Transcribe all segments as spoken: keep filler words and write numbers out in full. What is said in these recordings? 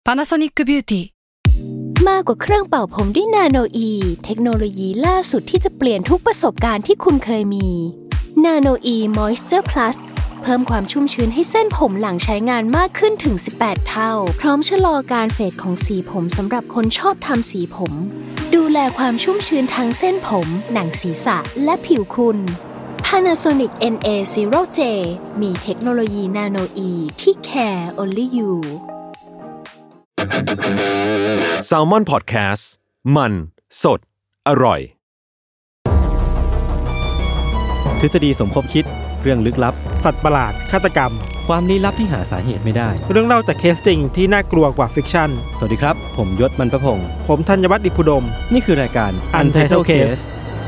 Panasonic Beauty มากกว่าเครื่องเป่าผมด้วยนาโนอีเทคโนโลยีล่าสุดที่จะเปลี่ยนทุกประสบการณ์ที่คุณเคยมีนาโนอีมอยส์เจอร์พลัสเพิ่มความชุ่มชื้นให้เส้นผมหลังใช้งานมากขึ้นถึงสิบแปดเท่าพร้อมชะลอการเฟดของสีผมสำหรับคนชอบทำสีผมดูแลความชุ่มชื้นทั้งเส้นผมหนังศีรษะและผิวคุณ Panasonic เอ็น เอ ศูนย์ เจ มีเทคโนโลยีนาโนอีที่ care only you Salmon Podcast มันสดอร่อยทฤษฎีสมคบคิดเรื่องลึกลับสัตว์ประหลาดฆาตกรรมความลี้ลับที่หาสาเหตุไม่ได้เรื่องเล่าจากเคสจริงที่น่ากลัวกว่าฟิกชั่นสวัสดีครับผมยศมันประพงษ์ผมธัญวัฒน์อิพุดมนี่คือรายการ Untitled Case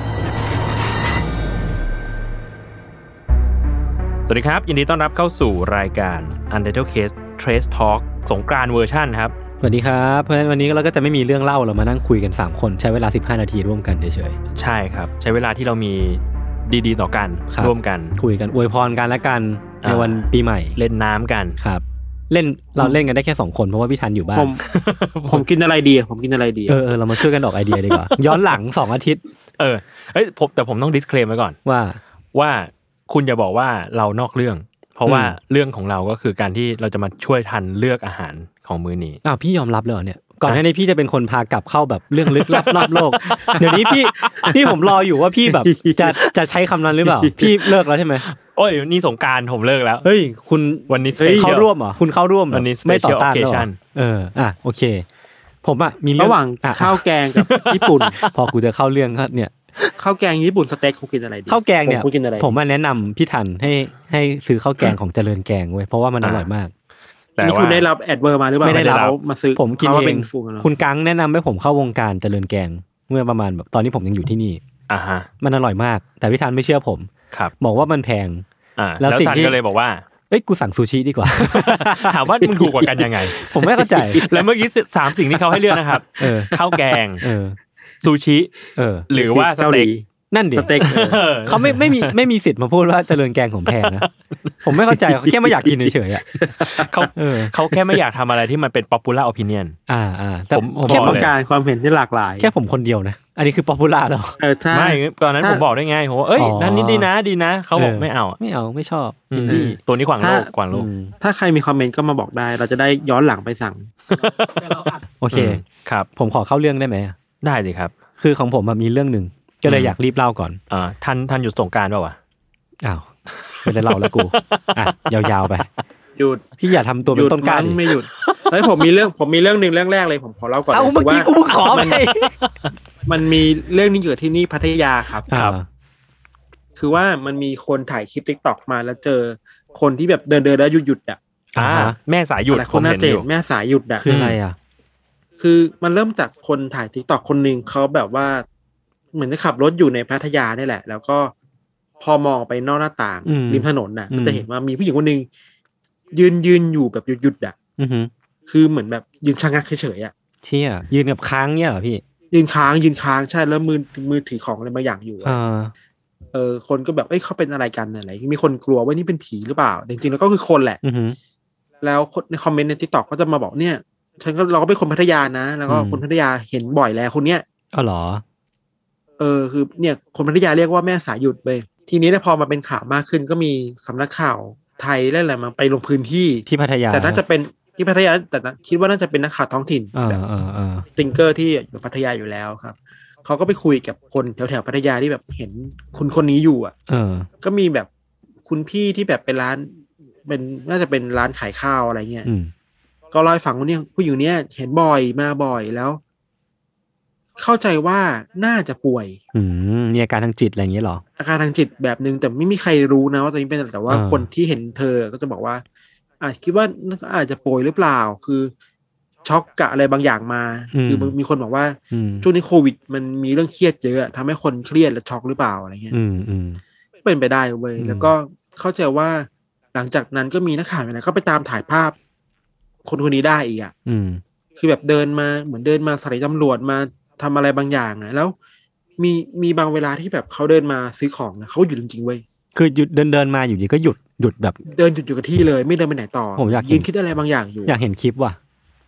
สวัสดีครับยินดีต้อนรับเข้าสู่รายการ Untitled Case Trace Talk สงกรานต์เวอร์ชันครับสวัสดีครับเพราะฉะนั้นวันนี้เราก็จะไม่มีเรื่องเล่าเรามานั่งคุยกันสามคนใช้เวลาสิบห้านาทีร่วมกันเฉยๆใช่ครับใช้เวลาที่เรามีดีๆต่อกันร่วมกันคุยกันอวยพรกันและกันในวันปีใหม่เล่นน้ำกันครับเล่นเราเล่นกันได้แค่สองคนเพราะว่าพี่ทันอยู่บ้านผมผมกินอะไรดีผมกินอะไรดีเออๆเรามาช่วยกันออกไอเดียดีกว่าย้อนหลังสองอาทิตย์เออเอ้ยผมแต่ผมต้อง disclaim ไว้ก่อนว่าว่าคุณอย่าบอกว่าเรานอกเรื่องเพราะว่าเรื่องของเราก็คือการที่เราจะมาช่วยทันเลือกอาหารของมื้อนี้อ้าวพี่ยอมรับเลยเหรอเนี่ยก่อนหน้านี้พี่จะเป็นคนพากลับเข้าแบบเรื่องลึกลับรอบโลกเดี๋ยวนี้พี่พี่ผมรออยู่ว่าพี่แบบจะจะใช้คำนั้นหรือเปล่าพี่เลิกแล้วใช่ไหมโอ้ยนี่สงกรานต์ผมเลิกแล้วเฮ้ยคุณวันนี้เข้าร่วมเหรอคุณเข้าร่วมวันนี้ไม่ต่อต้านหรอเอออ่ะโอเคผมอ่ะมีระหว่างข้าวแกงกับญี่ปุ่นพอกูจะเข้าเรื่องก็เนี่ยข้าวแกงญี่ปุ่นสเต็กคุณกินอะไรดีข้าวแกงเนี่ยผมมาแนะนำพี่ทันให้ให้ซื้อข้าวแกงของเจริญแกงเว้ยเพราะว่ามันอร่อยมากนี่คุณได้รับแอดเวอร์มาหรือเปล่าไม่ได้รับมาซื้อผมกินเองคุณกังแนะนำให้ผมเข้าวงการเจริญแกงเมื่อประมาณแบบตอนนี้ผมยังอยู่ที่นี่อ่าฮะมันอร่อยมากแต่พี่ทันไม่เชื่อผมครับบอกว่ามันแพงอ่าแล้วสิ่งที่ก็เลยบอกว่าเอ้ยกูสั่งซูชิดีกว่าถามว่ามันถูกกว่ากันยังไงผมไม่เข้าใจแล้วเมื่อกี้สามสิ่งที่เขาให้เลือกนะครับข้าวแกงซูชิหรือว่าสเต็กนั่นดิสเต็กเขาไม่ไม่มีไม่มีสิทธิ์มาพูดว่าเจริญแกงของแพงนะผมไม่เข้าใจเขาแค่ไม่อยากกินเฉยๆอ่ะเขาเขาแค่ไม่อยากทำอะไรที่มันเป็น popular opinion อ่าอ่าแต่ผมแค่ต้องการความเห็นที่หลากหลายแค่ผมคนเดียวนะอันนี้คือ popular แล้วเออใช่ไม่ตอนนั้นผมบอกได้ไงผมว่าเอ้ยนั่นนี่ดีนะดีนะเขาบอกไม่เอาไม่เอาไม่ชอบอินดี้ตัวนี้ขวางโลกขวางโลกถ้าใครมีคอมเมนต์ก็มาบอกได้เราจะได้ย้อนหลังไปสั่งโอเคครับผมขอเข้าเรื่องได้ไหมได้สิครับคือของผมมีเรื่องนึงก็เลยอยากรีบเล่าก่อนอ่าท่านท่านหยุดสงกรานต์ป่าววะอ้าวไม่ได้เล่าแล้วกูอ่ะยาวๆไปหยุดพี่อย่าทำตัวเป็นต้นกล้าดิไม่หยุดเฮ้ยผมมีเรื่องผมมีเรื่องนึงเรื่องแรกเลยผมขอเล่าก่อนเอาเมื่อกี้กูเพิ่งขอไปมันมีเรื่องนี้เกิดที่นี่พัทยาครับครับคือว่ามันมีคนถ่ายคลิป TikTok มาแล้วเจอคนที่แบบเดินๆแล้วหยุดๆอ่ะอ่าแม่สายหยุดคนเห็นอยู่แม่สายหยุดอ่ะคืออะไรอ่ะคือมันเริ่มจากคนถ่าย TikTok คนนึงเขาแบบว่าเหมือนขับรถอยู่ในพัทยานี่แหละแล้วก็พอมองไปนอกหน้าต่างริมถนนน่ะก็จะเห็นว่ามีผู้หญิงคนนึงยืนยืนอยู่แบบหยุดๆอ่ะคือเหมือนแบบยืนชะงักเฉยๆอ่ะเชี่ยยืนกับค้างเนี่ยเหรอพี่ยืนค้างยืนค้างใช่แล้วมือมือถือของอะไรบางอย่างอยู่อ่ะเออคนก็แบบเอ้ยเขาเป็นอะไรกันอะไรมีคนกลัวว่านี่เป็นผีหรือเปล่าจริงๆแล้วก็คือคนแหละแล้วในคอมเมนต์ใน TikTok ก็จะมาบอกเนี่ยฉันก็เราก็เป็นคนพัทยานะแล้วก็คนพัทยาเห็นบ่อยแล้วคนเนี้ยอ๋อเหรอเออคือเนี่ยคนพัทยาเรียกว่าแม่สายหยุดไปทีนี้พอมาเป็นข่าวมากขึ้นก็มีสำนักข่าวไทยและอะไรมาไปลงพื้นที่ที่พัทยาแต่น่าจะเป็นที่พัทยาแต่คิดว่าน่าจะเป็นนักข่าวท้องถิ่นแบบสติงเกอร์ที่อยู่พัทยาอยู่แล้วครับเขาก็ไปคุยกับคนแถวๆพัทยาที่แบบเห็นคุณคนนี้อยู่อ่ะก็มีแบบคุณพี่ที่แบบเป็นร้านเป็นน่าจะเป็นร้านขายข้าวอะไรเงี้ยก็เล่าให้ฟังว่าเนี่ยผู้หญิงเนี้ยเห็นบ่อยมาบ่อยแล้วเข้าใจว่าน่าจะป่วยอืมมีอาการทางจิตอะไรอย่างเงี้ยหรออาการทางจิตแบบนึงแต่ไม่มีใครรู้นะว่าตอนนี้เป็นแต่ว่าคนที่เห็นเธอก็จะบอกว่าอาจคิดว่าอาจจะป่วยหรือเปล่าคือช็อกกะอะไรบางอย่างมาคือมีคนบอกว่าช่วงนี้โควิดมันมีเรื่องเครียดเยอะทำให้คนเครียดและช็อกหรือเปล่าอะไรเงี้ยเป็นไปได้เว้ยแล้วก็เข้าใจว่าหลังจากนั้นก็มีนักข่าวเนี่ยก็ไปตามถ่ายภาพคนคนนี้ได้อีกอ่ะคือแบบเดินมาเหมือนเดินมาสถานีตำรวจมาทำอะไรบางอย่างอ่ะแล้วมีมีบางเวลาที่แบบเขาเดินมาซื้อของนะเขาหยุดจริงๆเว้ยคือหยุดเดินเดินมาอยู่ดีก็หยุดหยุดแบบเดินหยุดอยู่กับที่เลยไม่เดินไปไหนต่อผมอยากยืนคิดอะไรบางอย่างอยู่อยากเห็นคลิปว่ะ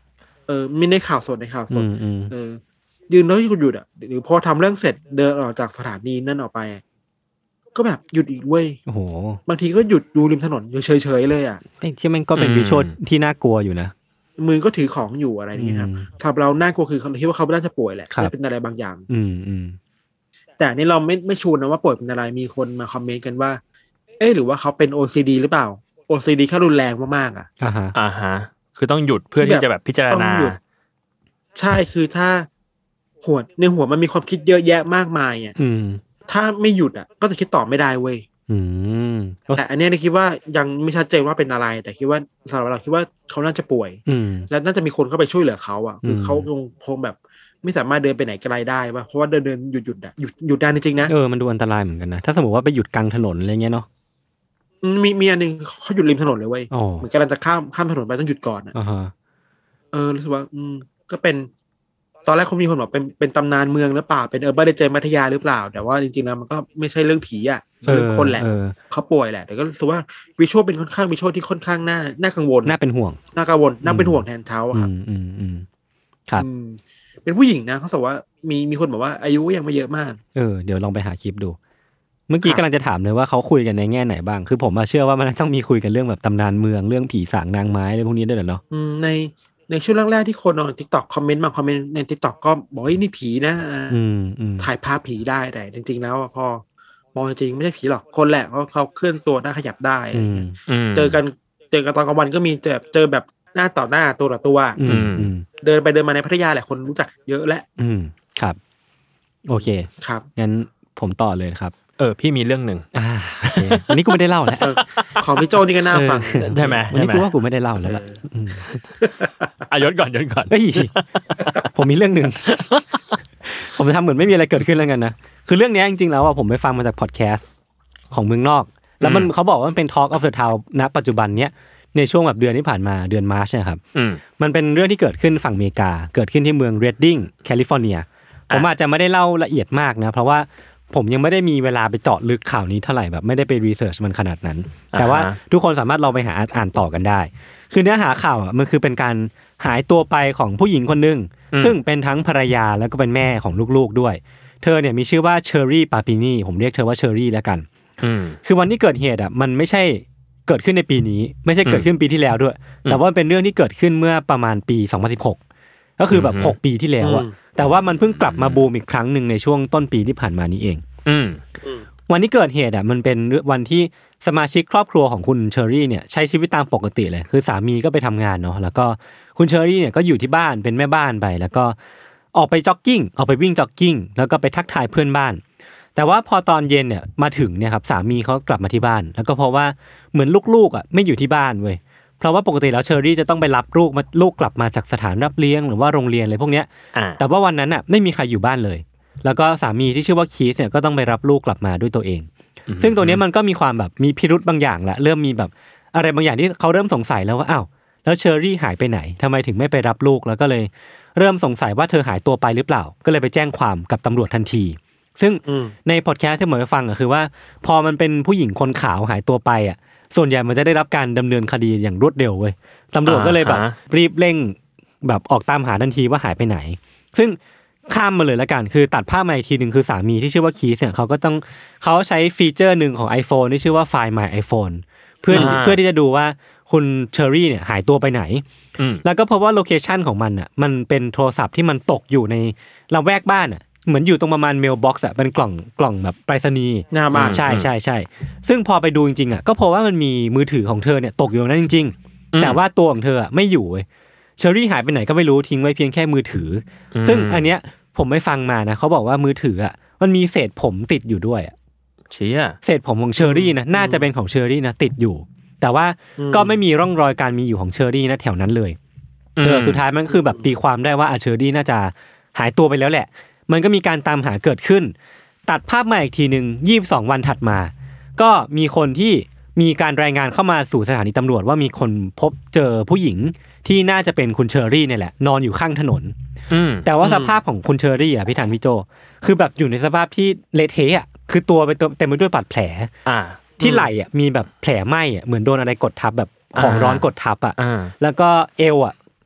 เออมีในข่าวสดในข่าวสดอืมเออยืนแล้วที่คุณหยุดอ่ะหรือพอทำเรื่องเสร็จเดินออกจากสถานีนั่นออกไปก็แบบหยุดอีกเว้ยโอ้โหบางทีก็หยุดดูริมถนนเฉยๆเลยอ่ะไอ้ที่มันก็เป็นวิชวลที่น่ากลัวอยู่นะมือก็ถือของอยู่อะไรอย่างเงี้ยครับอืมสำหรับเราน่ากลัวคือเขาคิดว่าเขาน่าจะป่วยแหละครับเป็นอะไรบางอย่างอืมอืมแต่นี่เราไม่ไม่ชูนะว่าป่วยเป็นอะไรมีคนมาคอมเมนต์กันว่า เอ๊ะหรือว่าเขาเป็น โอ ซี ดี หรือเปล่า โอ ซี ดี แค่รุนแรงมากๆอ่ะอ่าฮะอ่าฮะคือต้องหยุดเพื่อที่จะแบบพิจารต้องณาหยุด ใช่คือถ้าหัวในหัวมันมีความคิดเยอะแยะมากมายอ่ะอืมถ้าไม่หยุดอ่ะก็จะคิดต่อไม่ได้เว้ยอืมแต่อันเนี้ยเราคิดว่ายังไม่ชัดเจนว่าเป็นอะไร แต่คิดว่าสำหรับเราคิดว่าเขาน่าจะป่วยอืมแล้วน่าจะมีคนเข้าไปช่วยเหลือเขาอ่ะคือมเขาคงคงแบบไม่สามารถเดินไปไหนไกลได้ป่ะเพราะว่าเดินเดินหยุดหยุดอ่ะหยุดหยุดได้จริงๆนะเออมันดูอันตรายเหมือนกันนะถ้าสมมติว่าไปหยุดกลางถนนอะไรเงี้ยเนาะมีมีอันหนึงเขาหยุดริมถนนเลยเว้ยอ๋อเหมือนกำลังจะข้ามข้ามถนนไปต้องหยุดก่อนอ่ะอ่าฮะเออรู้สึกว่าอืมก็เป็นตอนแรกเขามีคนบอกเป็นเป็นตำนานเมืองหรือเปล่าเป็นเออร์เบอร์เดเจมัธยาหรือเปล่า แต่ว่าจริงๆแล้วมันก็ไม่ใช่เรื่องผีอ่ะเออเรื่องคนแหละเออเขาป่วยแหละแต่ก็รู้สึกว่าวิชวลเป็นค่อนข้างวิชวลที่ค่อนข้างน่าน่ากังวลน่าเป็นห่วงน่ากังวลน่าเป็นห่วงแทนเขาอะอืครับมอืมอืมครับอืมเป็นผู้หญิงนะเขาบอกว่ามีมีคนบอกว่าอายุยังไม่เยอะมากเออเดี๋ยวลองไปหาคลิปดู เมื่อกี้ครับกำลังจะถามเลยว่าเขาคุยกันในแง่ไหนบ้างคือผมมาเชื่อว่ามันต้องมีคุยกันเรื่องแบบตำนานเมืองเรื่องผีสางนางไม้อะไรพวกนี้ด้วยเหรอเนาะอืมในในช่วงแรกๆที่คนเอาทิกตอกคอมเมนต์บางคอมเมนต์ในทิกตอกก็บอกว่านี่ผีนะอ่าอืมอืมถ่ายภาพผีได้แต่จริงๆแล้วอะพอมองจริงๆไม่ใช่ผีหรอกคนแหละเพราะเขาเคลื่อนตัวได้ขยับได้อะไรอืมเงี้ยอืมเจอกันเจอกันตอนกลางวันก็มีเจอแบบเจอแบบหน้าต่อหน้าตัวต่อตัวอืมอืมเดินไปเดินมาในพัทยาแหละคนรู้จักเยอะและอืมครับ โอเคครับงั้นผมต่อเลยครับเออพี่มีเรื่องหนึ่งอ่าโอเคอันนี้กูไม่ได้เล่าแล้วเออของพี่โจนี่ก็น่าฟังเออใช่ไหมวันใช่นี้ไหมกูว่ากูไม่ได้เล่าแล้วล่ะมอ่ะยศก่อนยศก่อนเฮ้ยผมมีเรื่องหนึ่ง ผมทำเหมือนไม่มีอะไรเกิดขึ้นแล้วกันนะคือเรื่องนี้จริงๆแล้วอ่ะผมไปฟังมาจากพอดแคสต์ของเมืองนอก แล้วมันเขาบอกว่ามันเป็น Talk of the Town ณปัจจุบันเนี้ยในช่วงแบบเดือนที่ผ่านมาเดือนมาร์ชเนี่ยครับอืมมันเป็นเรื่องที่เกิดขึ้นฝั่งอเมริกาเกิดขึ้นที่เมืองเรดดิ้งแคลิฟอร์เนียผมอาจจะไม่ได้เล่าละเอียดมากนะเพราะว่าผมยังไม่ได้มีเวลาไปเจาะลึกข่าวนี้เท่าไหร่แบบไม่ได้ไปรีเสิร์ชมันขนาดนั้น แต่ว่าทุกคนสามารถลองไปหาอ่านต่อกันได้ คือเนื้อหาข่าวอ่ะมันคือเป็นการหายตัวไปของผู้หญิงคนหนึ่งซึ่งเป็นทั้งภรรยาแล้วก็เป็นแม่ของลูกๆด้วยเธอเนี่ยมีชื่อว่าเชอรี่ปาปินีผมเรียกเธอว่าเชอรี่แล้วกันอืมคือวันที่เกิดเหตุอ่ะมันไม่ใช่เกิดขึ้นในปีนี้ไม่ใช่เกิดขึ้นปีที่แล้วด้วย แต่ว่าเป็นเรื่องที่เกิดขึ้นเมื่อประมาณปีสองพันสิบหกก็คือแบบหกปีที่แล้วอ่ะแต่ว่ามันเพิ่งกลับมาบูมอีกครั้งหนึ่งในช่วงต้นปีที่ผ่านมานี้เองอืมวันที่เกิดเหตุอ่ะมันเป็นวันที่สมาชิกครอบครัวของคุณเชอรี่เนี่ยใช้ชีวิตตามปกติเลยคือสามีก็ไปทำงานเนาะแล้วก็คุณเชอรี่เนี่ยก็อยู่ที่บ้านเป็นแม่บ้านไปแล้วก็ออกไปจ็อกกิ้งออกไปวิ่งจ็อกกิ้งแล้วก็ไปทักทายเพื่อนบ้านแต่ว่าพอตอนเย็นเนี่ยมาถึงเนี่ยครับสามีเขากลับมาที่บ้านแล้วก็เพราะว่าเหมือนลูกๆอ่ะไม่อยู่ที่บ้านเว้ยเพราะว่าปกติแล้วเชอรี่จะต้องไปรับลูกมาลูกกลับมาจากสถานรับเลี้ยงหรือว่าโรงเรียนอะไรพวกเนี้ยอ่าแต่ว่าวันนั้นอ่ะไม่มีใครอยู่บ้านเลยแล้วก็สามีที่ชื่อว่าคีธเนี่ยก็ต้องไปรับลูกกลับมาด้วยตัวเองซึ่งตัวนี้มันก็มีความแบบมีพิรุธบางอย่างแหละเริ่มมีแบบอะไรบางอย่างที่เขาเริ่มสงสัยแล้วว่าอ้าวแล้วเชอรี่หายไปไหนทำไมถึงไม่ไปรับลูกแล้วก็เลยเริ่มสงสัยว่าเธอหายตัวไปหรือเปล่าก็เลยไปแจ้งความกับตำรวจทันทีซึ่งในพอดแคสต์ที่ผมไปฟังอ่ะคือว่าพอมันเป็นผู้หญิงคนขาวหายตัวไปอ่ะส่วนใหญ่มันจะได้รับการดำเนินคดีอย่างรวดเร็วเว้ยตำรวจก็เลยแบบรีบเร่งแบบออกตามหาทันทีว่าหายไปไหนซึ่งข้ามมาเลยละกันคือตัดภาพมาอีกทีหนึ่งคือสามีที่ชื่อว่าคีธเนี่ยเขาก็ต้องเขาใช้ฟีเจอร์หนึ่งของ iPhone ที่ชื่อว่า Find My iPhone เพื่อเพื่อที่จะดูว่าคุณเชอรี่เนี่ยหายตัวไปไหนแล้วก็เพราะว่าโลเคชันของมันอ่ะมันเป็นโทรศัพท์ที่มันตกอยู่ในละแวกบ้านอ่ะเหมือนอยู่ตรงประมาณเมลบ็อกซ์อ่ะเป็นกล่องกล่องแบบไปรษณีย์หน้าบ้านใช่ใช่ใช่ซึ่งพอไปดูจริงๆอ่ะก็เพราะว่ามันมีมือถือของเธอเนี่ยตกอยู่ตรงนั้นจริงๆแต่ว่าตัวของเธออ่ะไม่อยู่เว้ยเชอรี่หายไปไหนก็ไม่รู้ทิ้งไว้เพียงแค่มือถือซึ่งอันเนี้ยผมไม่ฟังมานะเขาบอกว่ามือถืออ่ะมันมีเศษผมติดอยู่ด้วยอ่ะเชี่ยเศษผมของเชอรี่นะน่าจะเป็นของเชอรี่นะติดอยู่แต่ว่าก็ไม่มีร่องรอยการมีอยู่ของเชอรี่นะแถวนั้นเลยเออสุดท้ายมันคือแบบตีความได้ว่าเชอรี่น่าจะหายตัวไปแล้วแหละมันก็มีการตามหาเกิดขึ้นตัดภาพมาอีกทีนึงยี่สิบสองวันถัดมาก็มีคนที่มีการรายงานเข้ามาสู่สถานีตำรวจว่ามีคนพบเจอผู้หญิงที่น่าจะเป็นคุณเชอรี่เนี่ยแหละนอนอยู่ข้างถนนแต่ว่าสภาพของคุณเชอรี่อ่ะพี่ธันพี่โจคือแบบอยู่ในสภาพที่เละเทะอ่ะคือตัวไปเต็มไปด้วยบาดแผลที่ไหล่อ่ะมีแบบแผลไหม้อ่ะเหมือนโดนอะไรกดทับแบบของร้อนกดทับอ่ะแล้วก็เอวอ่ะ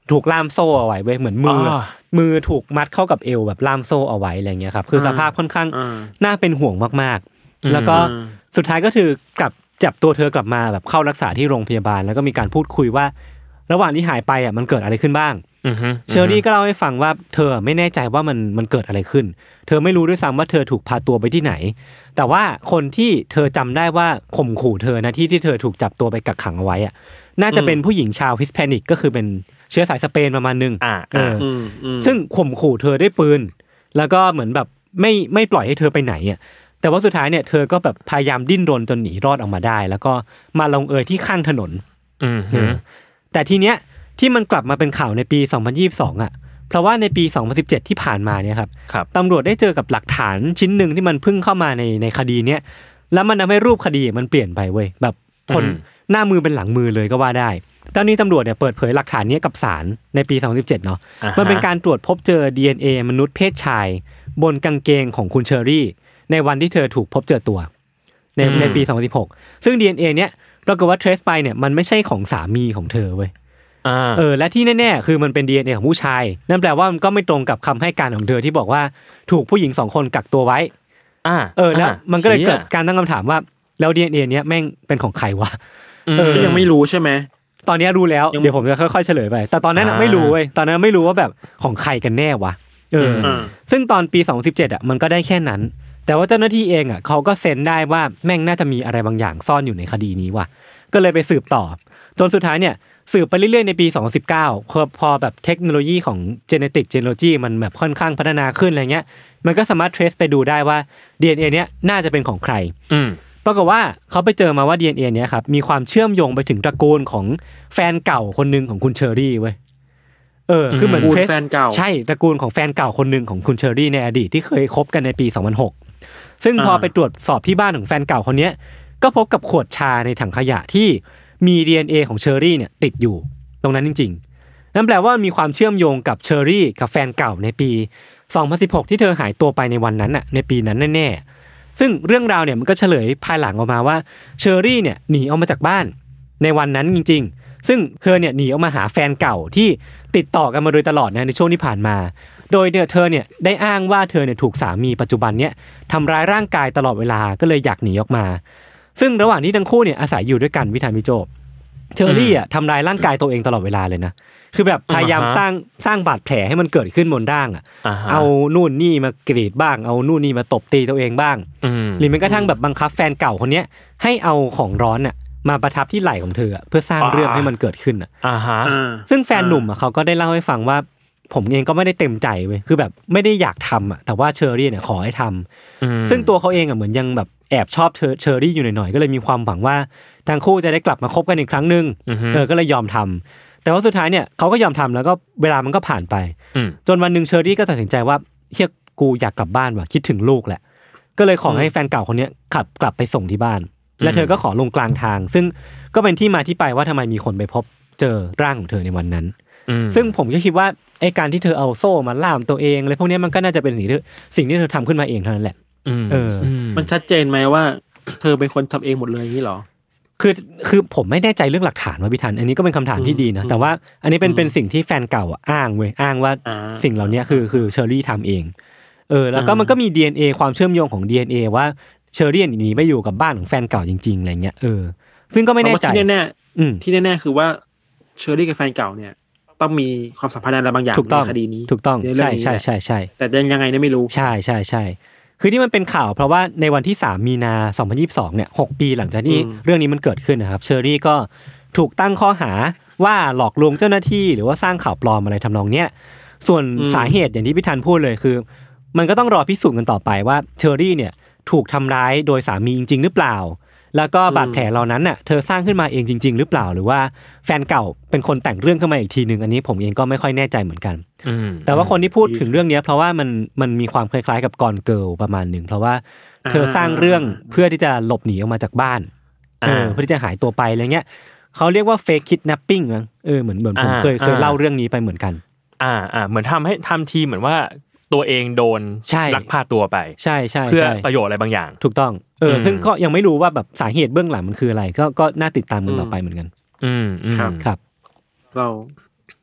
ถูกล่ามโซ่เอาไว้เว้ยเหมือนมือมือถูกมัดเข้ากับเอวแบบล่ามโซ่เอาไว้อะไรเงี้ยครับคือสภาพค่อนข้างน่าเป็นห่วงมากๆแล้วก็สุดท้ายก็คือกลับจับตัวเธอกลับมาแบบเข้ารักษาที่โรงพยาบาลแล้วก็มีการพูดคุยว่าระหว่างที่หายไปอ่ะมันเกิดอะไรขึ้นบ้างเชอรี่ก็เล่าให้ฟังว่าเธอไม่แน่ใจว่ามันมันเกิดอะไรขึ้นเธอไม่รู้ด้วยซ้ำว่าเธอถูกพาตัวไปที่ไหนแต่ว่าคนที่เธอจำได้ว่าข่มขู่เธอนะที่ที่เธอถูกจับตัวไปกักขังเอาไว้อ่ะน่าจะเป็นผู้หญิงชาวฮิสแปนิกก็คือเป็นเชื้อสายสเปนประมาณนึงเออซึ่งข่มขู่เธอด้วยปืนแล้วก็เหมือนแบบไม่ไม่ปล่อยให้เธอไปไหนอ่ะแต่ว่าสุดท้ายเนี่ยเธอก็แบบพยายามดิ้นรนจนหนีรอดออกมาได้แล้วก็มาลงเอยที่ข้างถนนแต่ทีเนี้ยที่มันกลับมาเป็นข่าวในปีสองพันยี่สิบสองอ่ะเพราะว่าในปีสองพันสิบเจ็ดที่ผ่านมาเนี่ยครับตำรวจได้เจอกับหลักฐานชิ้นหนึ่งที่มันเพิ่งเข้ามาในในคดีเนี้ยแล้วมันทำให้รูปคดีมันเปลี่ยนไปเว้ยแบบคนหน้ามือเป็นหลังมือเลยก็ว่าได้ตอนนี้ตำรวจเนี่ยเปิดเผยหลักฐานนี้กับศาลในปีสองพันสิบเจ็ดเนาะมันเป็นการตรวจพบเจอ ดี เอ็น เอ มนุษย์เพศชายบนกางเกงของคุณเชอรี่ในวันที่เธอถูกพบเจอตัวในในปีสองพันสิบหกซึ่ง ดี เอ็น เอ เนี้ยปรากฏว่าเทรสไปเนี่ยมันไม่ใช่ของสามีของเธอเว้ยเออและที่แน่ๆคือมันเป็น ดี เอ็น เอ ของผู้ชายนั่นแปลว่ามันก็ไม่ตรงกับคำให้การของเธอที่บอกว่าถูกผู้หญิงสองคนกักตัวไว้อ่าเออแล้วมันก็เลยเกิดการตั้งคำถามว่าแล้ว ดี เอ็น เอ เนี้ยแม่งเป็นของใครวะเออยังไม่รู้ใช่ไหมตอนนี้รู้แล้วเดี๋ยวผมจะค่อยๆเฉลยไปแต่ตอนนั้นไม่รู้เว้ยตอนนั้นไม่รู้ว่าแบบของใครกันแน่วะเออซึ่งตอนปีสองพันสิบเจ็ดอ่ะมันก็ได้แค่นั้นแต่ว่าเจ้าหน้าที่เองอ่ะเขาก็เซนได้ว่าแม่งน่าจะมีอะไรบางอย่างซ่อนอยู่ในคดีนี้ว่ะก็เลยไปสืบต่อจนสุดท้ายเนี่ยสืบไปเรื่อยๆในปีสองพันสิบเก้าพอพอแบบเทคโนโลยีของ genetic genealogy มันแบบค่อนข้างพัฒนาขึ้นอะไรเงี้ยมันก็สามารถ trace ไปดูได้ว่า ดี เอ็น เอ เนี้ยน่าจะเป็นของใครอืมปรากฏว่าเขาไปเจอมาว่า ดี เอ็น เอ เนี้ยครับมีความเชื่อมโยงไปถึงตระกูลของแฟนเก่าคนนึงของคุณเชอรี่เว้ยเออคือเหมือนแฟนเก่าใช่ตระกูลของแฟนเก่าคนนึงของคุณเชอรี่ในอดีตที่เคยคบกันในปีสองพันหกซึ่งพอไปตรวจสอบที่บ้านของแฟนเก่าคนเนี้ยก็พบกับขวดชาในถังขยะที่มี ดี เอ็น เอ ของเชอรี่เนี่ยติดอยู่ตรงนั้นจริงๆนั่นแปลว่ามีความเชื่อมโยงกับเชอรี่กับแฟนเก่าในปีสองพันสิบหกที่เธอหายตัวไปในวันนั้นน่ะในปีนั้นแน่ๆซึ่งเรื่องราวเนี่ยมันก็เฉลยภายหลังออกมาว่าเชอรี่เนี่ยหนีออกมาจากบ้านในวันนั้นจริงๆซึ่งเธอเนี่ยหนีออกมาหาแฟนเก่าที่ติดต่อกันมาโดยตลอดนะในช่วงที่ผ่านมาโดยเนี่ยเธอเนี่ยได้อ้างว่าเธอเนี่ยถูกสามีปัจจุบันเนี่ยทำร้ายร่างกายตลอดเวลาก็เลยอยากหนีออกมาซึ่งระหว่างที่ทั้งคู่เนี่ยอาศัยอยู่ด้วยกันวิธานวิโจเชอรี่อ่ะทำร้ายร่างกายตัวเองตลอดเวลาเลยนะคือแบบพยายามสร้างสร้างบาดแผลให้มันเกิดขึ้นบนร่างอ่ะเอานู่นนี่มากรีดบ้างเอานู่นนี่มาตบตีตัวเองบ้างหรือแม้กระทั่งแบบบังคับแฟนเก่าคนเนี้ยให้เอาของร้อนอ่ะมาประทับที่ไหล่ของเธอเพื่อสร้างเรื่องให้มันเกิดขึ้นอ่ะซึ่งแฟนหนุ่มอ่ะเขาก็ได้เล่าให้ฟังว่าผมเองก็ไม่ได้เต็มใจเว้ยคือแบบไม่ได้อยากทำอ่ะแต่ว่าเชอรี่เนี่ยขอให้ทำซึ่งตัวเขาเองอ่ะเหมือนยังแบบแอบชอบเชอรี่อยู่หน่อยๆก็เลยมีความหวังว่าทั้งคู่จะได้กลับมาคบกันอีกครั้งนึงเออก็เลยยอมทำแต่ว่าสุดท้ายเนี่ยเขาก็ยอมทำแล้วก็เวลามันก็ผ่านไปจนวันนึงเชอรี่ก็ตัดสินใจว่าเฮียกูอยากกลับบ้านว่ะคิดถึงลูกแหละก็เลยขอให้แฟนเก่าคนนี้ขับกลับไปส่งที่บ้านและเธอก็ขอลงกลางทางซึ่งก็เป็นที่มาที่ไปว่าทำไมมีคนไปพบเจอร่างของเธอในวันนั้นซึ่งผมก็คิดว่าไอ้การที่เธอเอาโซ่มาล่ามตัวเองอะไรพวกนี้มันก็น่าจะเป็นสิ่งที่สิ่งที่เธอทำขึ้นมาเองเท่านั้นแหละเออมันชัดเจนไหมว่าเธอเป็นคนทำเองหมดเลยอย่างนี้หรอคือคือผมไม่แน่ใจเรื่องหลักฐานว่าพิธันอันนี้ก็เป็นคำถามที่ดีนะแต่ว่าอันนี้เป็นเป็นสิ่งที่แฟนเก่าอ้างเว้ยอ้างว่าสิ่งเหล่านี้คือคือเชอรี่ทำเองเออแล้วก็มันก็มี ดี เอ็น เอ ความเชื่อมโยงของ ดี เอ็น เอ ว่าเชอรี่หนีไปอยู่กับบ้านของแฟนเก่าจริงๆอะไรเงี้ยเออซึ่งก็ไม่แน่ใจที่แน่ๆที่แน่ๆคือว่าเชอรี่กับแฟนเก่าเนี่ยต้องมีความสัมพันธ์อะไรบางอย่างในคดีนี้ถูกต้องใช่ใช่ใช่ใช่แต่ยังไงเนี่ยไม่รู้ใช่ใช่ใช่คือที่มันเป็นข่าวเพราะว่าในวันที่สามมีนาสองพันยี่สิบสองเนี่ยหกปีหลังจากที่เรื่องนี้มันเกิดขึ้นนะครับเชอรี่ก็ถูกตั้งข้อหาว่าหลอกลวงเจ้าหน้าที่หรือว่าสร้างข่าวปลอมอะไรทำนองเนี้ยส่วนสาเหตุอย่างที่พี่ธันพูดเลยคือมันก็ต้องรอพิสูจน์กันต่อไปว่าเชอรี่เนี่ยถูกทำร้ายโดยสามีจริงๆหรือเปล่าแล้วก็บาดแผลเหล่านั้นน่ะเธอสร้างขึ้นมาเองจริงๆหรือเปล่าหรือว่าแฟนเก่าเป็นคนแต่งเรื่องขึ้นมาอีกทีนึงอันนี้ผมเองก็ไม่ค่อยแน่ใจเหมือนกันแต่ว่าคนที่พูดถึงเรื่องนี้เพราะว่ามันมันมีความคล้ายๆกับกอนเกิร์ลประมาณนึงเพราะว่าเธอสร้างเรื่องเพื่อที่จะหลบหนีออกมาจากบ้านเออเพื่อที่จะหายตัวไปอะไรเงี้ยเขาเรียกว่า fake kidnapping มั้งเออเหมือนเหมือนผมเคยเคยเล่าเรื่องนี้ไปเหมือนกันอ่าอ่าเหมือนทำให้ทำทีเหมือนว่าตัวเองโดนลักพาตัวไปใช่ใช่เพื่อประโยชน์อะไรบางอย่างถูกต้องเออซึ่งก็ยังไม่รู้ว่าแบบสาเหตุเบื้องหลังมันคืออะไรก็ก็น่าติดตามกันต่อไปเหมือนกันอืมครับครับเรา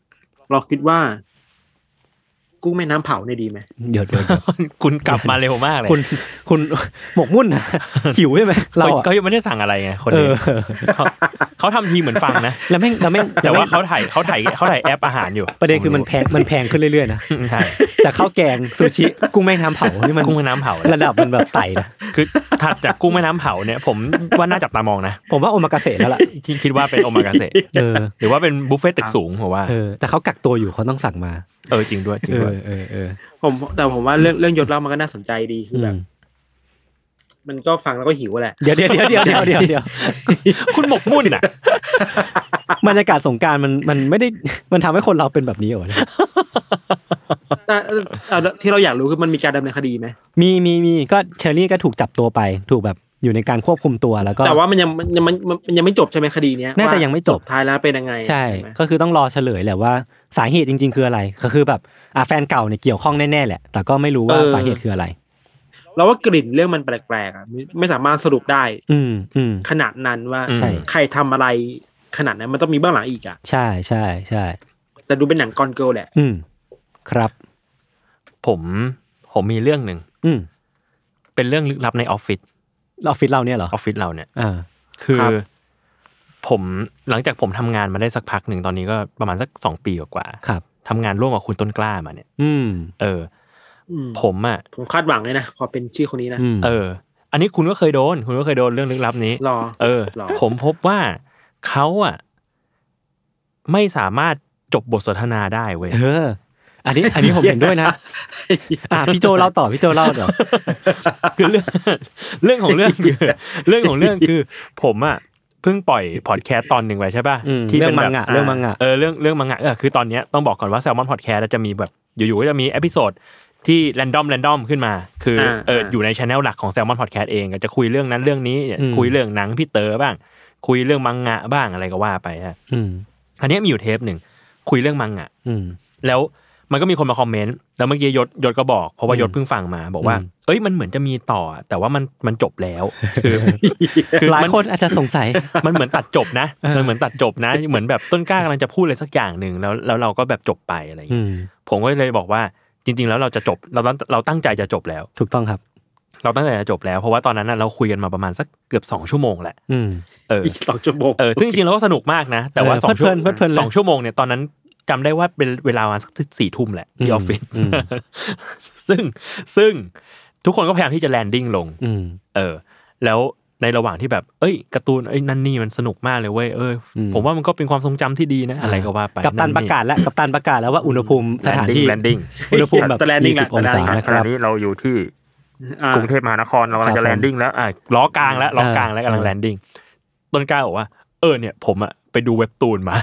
เราคิดว่ากุ้งแม่น้ำเผาเนี่ยดีไหมเดี๋ยวๆคุณกลับมาเร็วมากเลยคุณคุณหมกมุ่นนะหิวใช่ไหมเราเขายังไม่ได้สั่งอะไรไงคนนี้เขาทำทีเหมือนฟังนะแล้วแม่งแล้วแม่งแต่ว่าเขาถ่ายเขาถ่ายเขาถ่ายแอปอาหารอยู่ประเด็นคือมันแพงมันแพงขึ้นเรื่อยๆนะใช่จากข้าวแกงซูชิกุ้งแม่น้ำเผานี่มันกุ้งแม่น้ำเผาระดับมันแบบไต่นะคือถัดจากกุ้งแม่น้ำเผาเนี่ยผมว่าน่าจับตามองนะผมว่าโอมากาเสะแล้วล่ะคิดว่าเป็นโอมากาเสะหรือว่าเป็นบุฟเฟ่ต์ตึกสูงผมว่าแต่เขากักตัวอยู่เขาต้องสั่งมาเออจริงด้วยจริงด้วยเออเออผมแต่ผมว่าเรื่องเรื่องยศเล่ามันก็น่าสนใจดีคือแบบมันก็ฟังแล้วก็หิวแหละเดี๋ยวเดี๋ยวเดี๋ยวเดี๋ยวเดี๋ยวเดี๋ยวเดี๋ยวคุณหมกมุ่นอ่ะบรรยากาศสงกรานต์มันมันไม่ได้มันทำให้คนเราเป็นแบบนี้เหรอแต่ที่เราอยากรู้คือมันมีการดำเนินคดีไหมมีมีมีก็เชอรี่ก็ถูกจับตัวไปถูกแบบอยู่ในการควบคุมตัวแล้วก็แต่ว่ามันยังมันยังมันยังไม่จบใช่ไหมคดีเนี้ยน่าจะยังไม่จบท้ายแล้วเป็นยังไงใช่ก็คือต้องรอเฉลยแหละว่าสาเหตุจริงๆคืออะไรก็คือแบบอ่ะแฟนเก่าเนี่ยเกี่ยวข้องแน่ๆแหละแต่ก็ไม่รู้ว่าสาเหตุคืออะไรเราว่ากลิ่นเรื่องมันแปลกๆอ่ะไม่สามารถสรุปได้อืมอืมขนาดนั้นว่าใครทำอะไรขนาดนั้นมันต้องมีเบื้องหลังอีกอ่ะใช่ใช่ใช่แต่ดูเป็นหนังกอนเกิร์ลแหละอืมครับผมผมมีเรื่องหนึ่งอืมเป็นเรื่องลึกลับในออฟฟิศออฟฟิศเราเนี่ยเหรอออฟฟิศเราเนี่ยอ่าคือผมหลังจากผมทำงานมาได้สักพักหนึ่งตอนนี้ก็ประมาณสักสองปีกว่าครับทำงานร่วมกับคุณต้นกล้ามาเนี่ยอืมเออผมอ่ะผมคาดหวังเลยนะพอเป็นชื่อคนนี้นะเอออันนี้คุณก็เคยโดนคุณก็เคยโดนเรื่องลึกลับนี้รอเออผมพบว่าเขาอ่ะไม่สามารถจบบทสนทนาได้เว้ยเอออันนี้อันนี้ผมเห็นด้วยนะอ่าพี่โจเล่าต่อพี่โจเล่าเดี๋ยวคือเรื่องเรื่องของเรื่องคือเรื่องของเรื่องคือผมอ่ะเพิ่งปล่อยพอดแคสต์ตอนหนึ่งไว้ใช่ป่ะที่เป็นแบบเรื่องมังงะเออเรื่องเรื่องมังงะก็คือตอนนี้ต้องบอกก่อนว่า Salmon Podcast จะมีแบบอยู่ๆก็จะมีเอพิโซดที่แรนดอมแรนดอมขึ้นมาคือเอออยู่ใน channel หลักของ Salmon Podcast เองก็จะคุยเรื่องนั้นเรื่องนี้คุยเรื่องหนังพี่เต๋อบ้างคุยเรื่องมังงะบ้างอะไรก็ว่าไปฮะอันนี้มีอยู่เทปหนึ่งคุยเรื่องมังงะแล้วมันก็มีคนมาคอมเมนต์แล้วเมื่อกี้ยศยศก็บอกเพราะว่ายศเพิ่งฟังมาบอกว่าเอ้ยมันเหมือนจะมีต่อแต่ว่ามันมันจบแล้วคือคือหลายคนอาจจะสงสัยมันเหมือนตัดจบนะมันเหมือนตัดจบนะเหมือนแบบต้นกล้ากำลังจะพูดอะไรสักอย่างนึงแล้วแล้วเราก็แบบจบไปอะไรอย่างเงี้ยผมก็เลยบอกว่าจริงๆแล้วเราจะจบเราเราตั้งใจจะจบแล้วถูกต้องครับเราตั้งใจจะจบแล้วเพราะว่าตอนนั้นเราคุยกันมาประมาณสักเกือบสองชั่วโมงแหละเออสองชั่วโมงเออซึ่งจริงๆเราก็สนุกมากนะแต่ว่าสองชั่วโมงสองชั่วโมงเนี่ยตอนนั้นจำได้ว่าเป็นเวลาประมาณสักสี่ทุ่มแหละที่ออฟฟิศซึ่งซึ่งทุกคนก็พยายามที่จะแลนดิ้งลงเออแล้วในระหว่างที่แบบเอ้ยการ์ตูนเอ้ยนั่นนี่มันสนุกมากเลยเว้ยเออผมว่ามันก็เป็นความทรงจำที่ดีนะอะไรก็ว่าไปกัปตันประกาศแล้วกัปตันประกาศแล้วว่าอุณหภูมิสถานที่แลนดิ้งอุณหภูมิแบบยี่สิบองศานะครับนี้เราอยู่ที่กรุงเทพมหานครเรากำลังจะแลนดิ้งแล้วอ่ะล้อกลางแล้วล้อกลางแล้วกำลังแลนดิ้งต้นกล้าบอกว่าเออเนี่ยผมอะไปดูเว็บตูนมา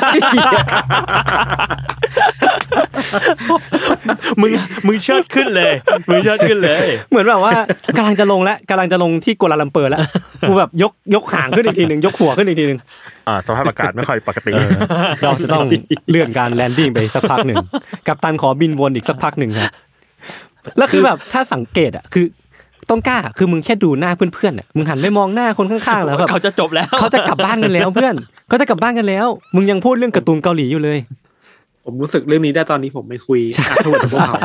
มึงมึงเชิดขึ้นเลยมึงเชิดขึ้นเลยเหมือนแบบว่ากำลังจะลงแล้วกำลังจะลงที่กัวลาลัมเปอร์แล้วกูแบบยกยกหางขึ้นอีกทีนึงยกหัวขึ้นอีกทีนึงอ่าสภาพอากาศไม่ค่อยปกติเราจะต้องเลื่อนการแลนดิ้งไปสักพักหนึ่งกัปตันขอบินวนอีกสักพักหนึ่งครับแล้วคือแบบถ้าสังเกตอ่ะคือต้องกล้าคือมึงแค่ดูหน้าเพื่อนๆน่ะมึงหันไปมองหน้าคนข้างๆแล้วแบบเขาจะจบแล้วเขาจะกลับบ้านกันแล้วเพื่อนเขาจะกลับบ้านกันแล้วมึงยังพูดเรื่องการ์ตูนเกาหลีอยู่เลยผมรู้สึกเรื่องนี้ได้ตอนนี้ผมไม่คุยอาทวดกับพวกเขา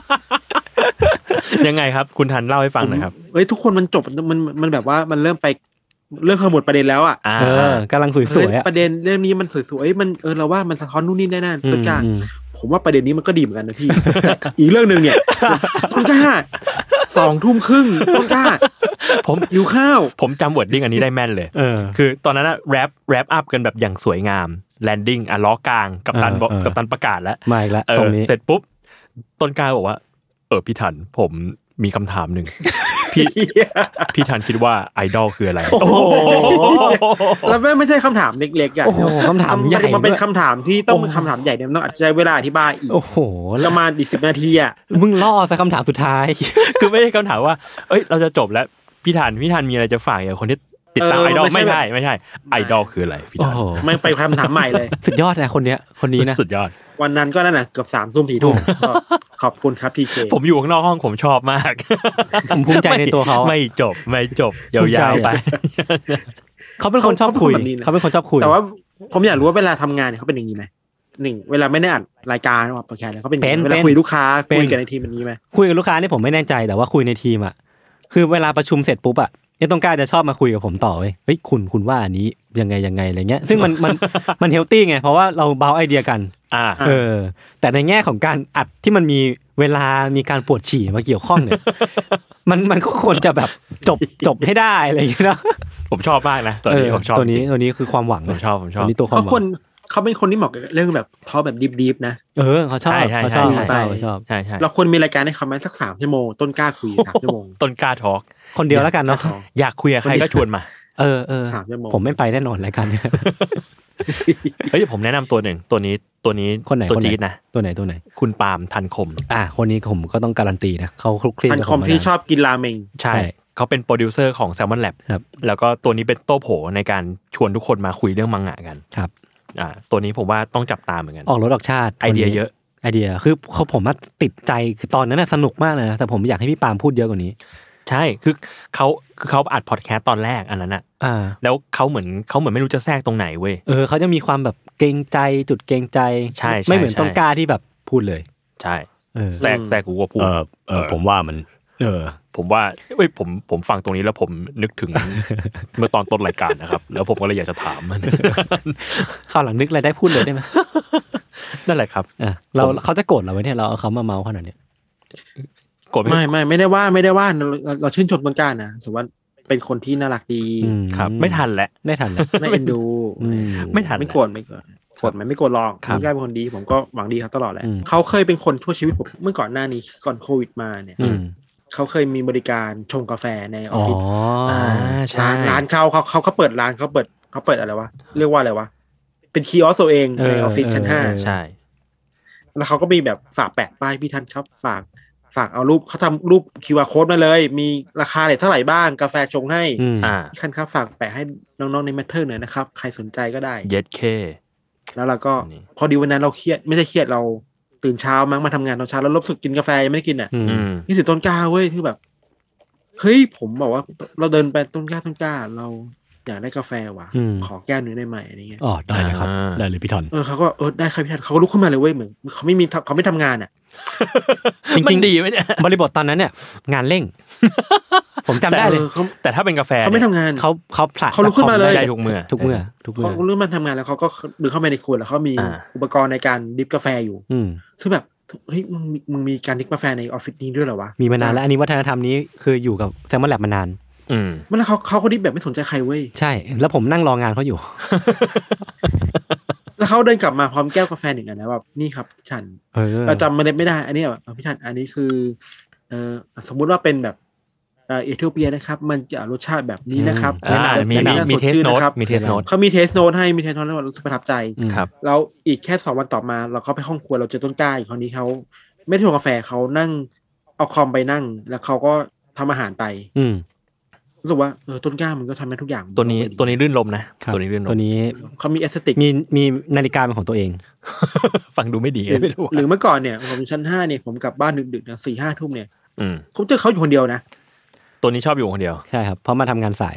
ยังไงครับคุณทันเล่าให้ฟังหน่อยครับเฮ้ยทุกคนมันจบมันมันแบบว่ามันเริ่มไปเรื่องขมวดประเด็นแล้วอ่ะเออกำลังสวยๆอ่ะประเด็นเรื่องนี้มันสวยๆมันเออเราว่ามันสะท้อนนู่นนี่แน่ๆต้นกล้าผมว่าประเด็นนี้มันก็ดีเหมือนกันนะพี่อีกเรื่องนึงเนี่ยต้นกล้าสองทุ่มครึ่งต้นกล้าผมหิวข้าวผมจำวอร์ดดิ้งอันนี้ได้แม่นเลยคือตอนนั้นแรปแรปอัพกันแบบอย่างสวยงามแลนดิ้งอ่ะล้อกลางกับตันกับตันประกาศแล้วมาอีกแล้วตรงนี้เสร็จปุ๊บต้นกล้าบอกว่าเออพี่ทันผมมีคำถามหนึ่งพี่พี่ทันคิดว่าไอดอลคืออะไรโอ้โหแล้วไม่ใช่คำถามเล็กๆอ่ะโอ้โหคำถามใหญ่มันเป็นคำถามที่ต้องเป็นคำถามใหญ่เนี่ยต้องใช้เวลาอธิบายอีกโอ้โหประมาณอีกสิบนาทีอ่ะมึงล่อซะคำถามสุดท้ายคือไม่ใช่คำถามว่าเอ้ยเราจะจบแล้วพี่ทันพี่ทันมีอะไรจะฝากอย่างคนที่ติดตามไอดอลไม่ใช่ไม่ใช่ไอดอลคืออะไรพี่ทันไม่ไปคำถามใหม่เลยสุดยอดนะคนเนี้ยคนนี้นะสุดยอดวันนั้นก็นั่นน่ะเกือบสามทุ่มสี่ทุ่มขอบคุณครับพีเคผมอยู่ข้างนอกห้องผมชอบมากผมภูมิใจในตัวเขาไม่จบไม่จบยาวๆไปเขาเป็นคนชอบคุยเขาเป็นคนชอบคุยแต่ว่าผมอยากรู้ว่าเวลาทำงานเนี่ยเขาเป็นอย่างนี้ไหมหนึ่งเวลาไม่ได้อัดรายการว่าพอดแคสต์เขาเป็นเวลาคุยลูกค้าคุยกันในทีมแบบนี้ไหมคุยกับลูกค้านี่ผมไม่แน่ใจแต่ว่าคุยในทีมอ่ะคือเวลาประชุมเสร็จปุ๊บอ่ะเนี่ยต้องกล้าจะชอบมาคุยกับผมต่อเว้ยเฮ้ยคุณคุณว่าอันนี้ยังไงยังไงอะไรเงี้ยซึ่งมันมันมันเฮลตี้ไงเพราะว่าเราเบาไอเดียกันอ่าเออแต่ในแง่ของการอัดที่มันมีเวลามีการปวดฉี่มาเกี่ยวข้องเนี่ยมันมันก็ควรจะแบบจบจบให้ได้อะไรอย่างเงี้ยเนาะผมชอบมากนะตัวนี้ผมชอบตัวนี้ตัวนี้คือความหวังผมชอบผมชอบตัวนี้ตัวความหวังเขาคนเขาเป็นคนที่เหมาะกับเรื่องแบบทอแบบดิฟๆนะเออเขาชอบเขาชอบเขาชอบเขาชอบใช่ใช่เราควรมีรายการให้เขาไหมสักสามชั่วโมงต้นกล้าคุยสามชั่วโมงต้นกล้าทอล์กคนเดียวแล้วกันเนาะอยากคุยกับใครก็ชวนมาเออเออผมไม่ไปแน่นอนรายการนี้เฮ้ยผมแนะนำตัวหนึ่งตัวนี้ตัวนี้ตัวจี๊ดนะตัวไหนตัวไหนคุณปาล์มทันคมอ่ะคนนี้ผมก็ต้องการันตีนะเขาคลุกคลีทันคมที่ชอบกินราเมงใช่เขาเป็นโปรดิวเซอร์ของ Salmon Lab ครับแล้วก็ตัวนี้เป็นโต้โผในการชวนทุกคนมาคุยเรื่องมังงะกันครับอ่าตัวนี้ผมว่าต้องจับตาเหมือนกันออกรถออกชาติไอเดียเยอะไอเดียคือเขาผมว่าติดใจคือตอนนั้นน่ะสนุกมากเลยนะแต่ผมอยากให้พี่ปาล์มพูดเยอะกว่านี้ใช่คือเขาคือเขาอัดพอดแคสต์ตอนแรกอันนั้นอ่ะอ่าแล้วเขาเหมือนเขาเหมือนไม่รู้จะแทรกตรงไหนเว้ยเออเขาจะมีความแบบเกรงใจจุดเกรงใจใช่ไม่เหมือนต้นกล้าที่แบบพูดเลยใช่แทรกแทรกกูก็พูดเออเออผมว่ามันเออผมว่าเอ้ยผมผมฟังตรงนี้แล้วผมนึกถึง เมื่อตอนต้นรายการนะครับแล้วผมก็เลยอยากจะถามมันคราวหลังนึกอะไรได้พูดเลยได้ไหมนั่นแหละครับเราเขาจะโกรธเราไหมเนี่ยเราเอาเขามาเมาขนาดนี้โกรธไม่ไม่ไม่ได้ว่าไม่ได้ว่าเราชื่นชมต้นกล้านะสมมติว่าเป็นคนที่น่ารักดีครับไม่ทันแหละไม่ทันแล้วไม่เอ็นดูไม่ทันไม่โกรธไม่โกรธโกรธไหมไม่โกรธหรอกต้นกล้าเป็นคนดีผมก็หวังดีเขาตลอดแหละเขาเคยเป็นคนทั่วชีวิตผมเมื่อก่อนหน้านี้ก่อนโควิดมาเนี่ยเขาเคยมีบริการชงกาแฟในออฟฟิศร้านร้านเขาเขาเขาเขาเปิดร้านเขาเปิดเขาเปิดอะไรวะเรียกว่าอะไรวะเป็นคีออสตัวเองในออฟฟิศชั้นห้าใช่แล้วเขาก็มีแบบฝากแปะป้ายพี่ท่านครับฝากฝากเอารูปเขาทำรูป คิว อาร์ Code มาเลยมีราคาเท่าไหร่บ้างกาแฟชงให้พี่ท่านครับฝากแปะให้น้องๆในแมทเทอร์หน่อยนะครับใครสนใจก็ได้เย็ดเคแล้วเราก็พอดีวันนั้นเราเครียดไม่ใช่เครียดเราตื่นเช้ามั้งมาทำงานตอนเช้าแล้วลบสึกกินกาแฟยังไม่ได้กินอ่ะนี่ถือต้นกล้าเว้ยคือแบบเฮ้ยผมบอกว่าเราเดินไปต้นกล้าต้นกล้าเราอยากได้กาแฟว่ะขอแก้วนึงได้ไหมอะไรเงี้ยอ๋อได้เลยครับได้เลยพี่ทอนเออเขาก็เออได้ครับพี่ทอนเขาก็ลุกขึ้นมาเลยเว้ยเหมือนเขาไม่มีเขาไม่ทำงานอ่ะจริงๆดีไหมเนี่ยบริบทตอนนั้นเนี่ยงานเร่งผมจำได้เลยแต่ถ้าเป็นกาแฟเขาไม่ทำงานเขาเขาผลัดเขาลุกขึ้นมาเลยได้ทุกเมื่อทุกเมื่อทุกเมื่อเขาลุกมาทำงานแล้วเขาก็เดินเข้าไปในครัวแล้วเขามีอุปกรณ์ในการดิฟกาแฟอยู่ซึ่งแบบเฮ้ยมึงมึงมีการดิฟกาแฟในออฟฟิศนี้ด้วยเหรอวะมีมานานแล้วอันนี้วัฒนธรรมนี้คืออยู่กับแซมมอนแลบมานานอืมมันแล้วเขาเขาเขาดิฟแบบไม่สนใจใครเว้ยใช่แล้วผมนั่งรองานเขาอยู่แล้วเขาเดินกลับมาพร้อมแก้วกาแฟหนึ่งอันนะแบบนี่ครับฉันเราจำมันไม่ได้อันนี้แบบพี่ทันอันนี้คือเออสมมุติว่าเป็นแบบเออเอธิโอเปียนะครับมันจะรสชาติแบบนี้นะครับมีมีเทสโน้ตมีเทสโน้ตเขามีเทสโน้ตให้มีเทสโน้ตแล้วรู้สึกประทับใจครับแล้วอีกแค่สองวันต่อมาเราเข้าไปห้องครัวเราเจอต้นกล้าอีกคนนี้เขาไม่ชงกาแฟเขานั่งเอาคอมไปนั่งแล้วเขาก็ทำอาหารไปรู้สึกว่าเออต้นกล้ามันก็ทำได้ทุกอย่างตัวนี้ตัวนี้รื่นลมนะตัวนี้รื่นลมตัวนี้เขามีเอสเตติกมีมีนาฬิกาเป็นของตัวเองฟังดูไม่ดีไม่รู้หรือเมื่อก่อนเนี่ยผมชั้นห้าเนี่ยผมกลับบ้านดึกๆนะสี่ห้าทุ่มเนี่ยผมเจอเขาอยู่คนเดียวนะตัวนี้ชอบอยู่คนเดียวใช่ครับเพราะมาทำงานสาย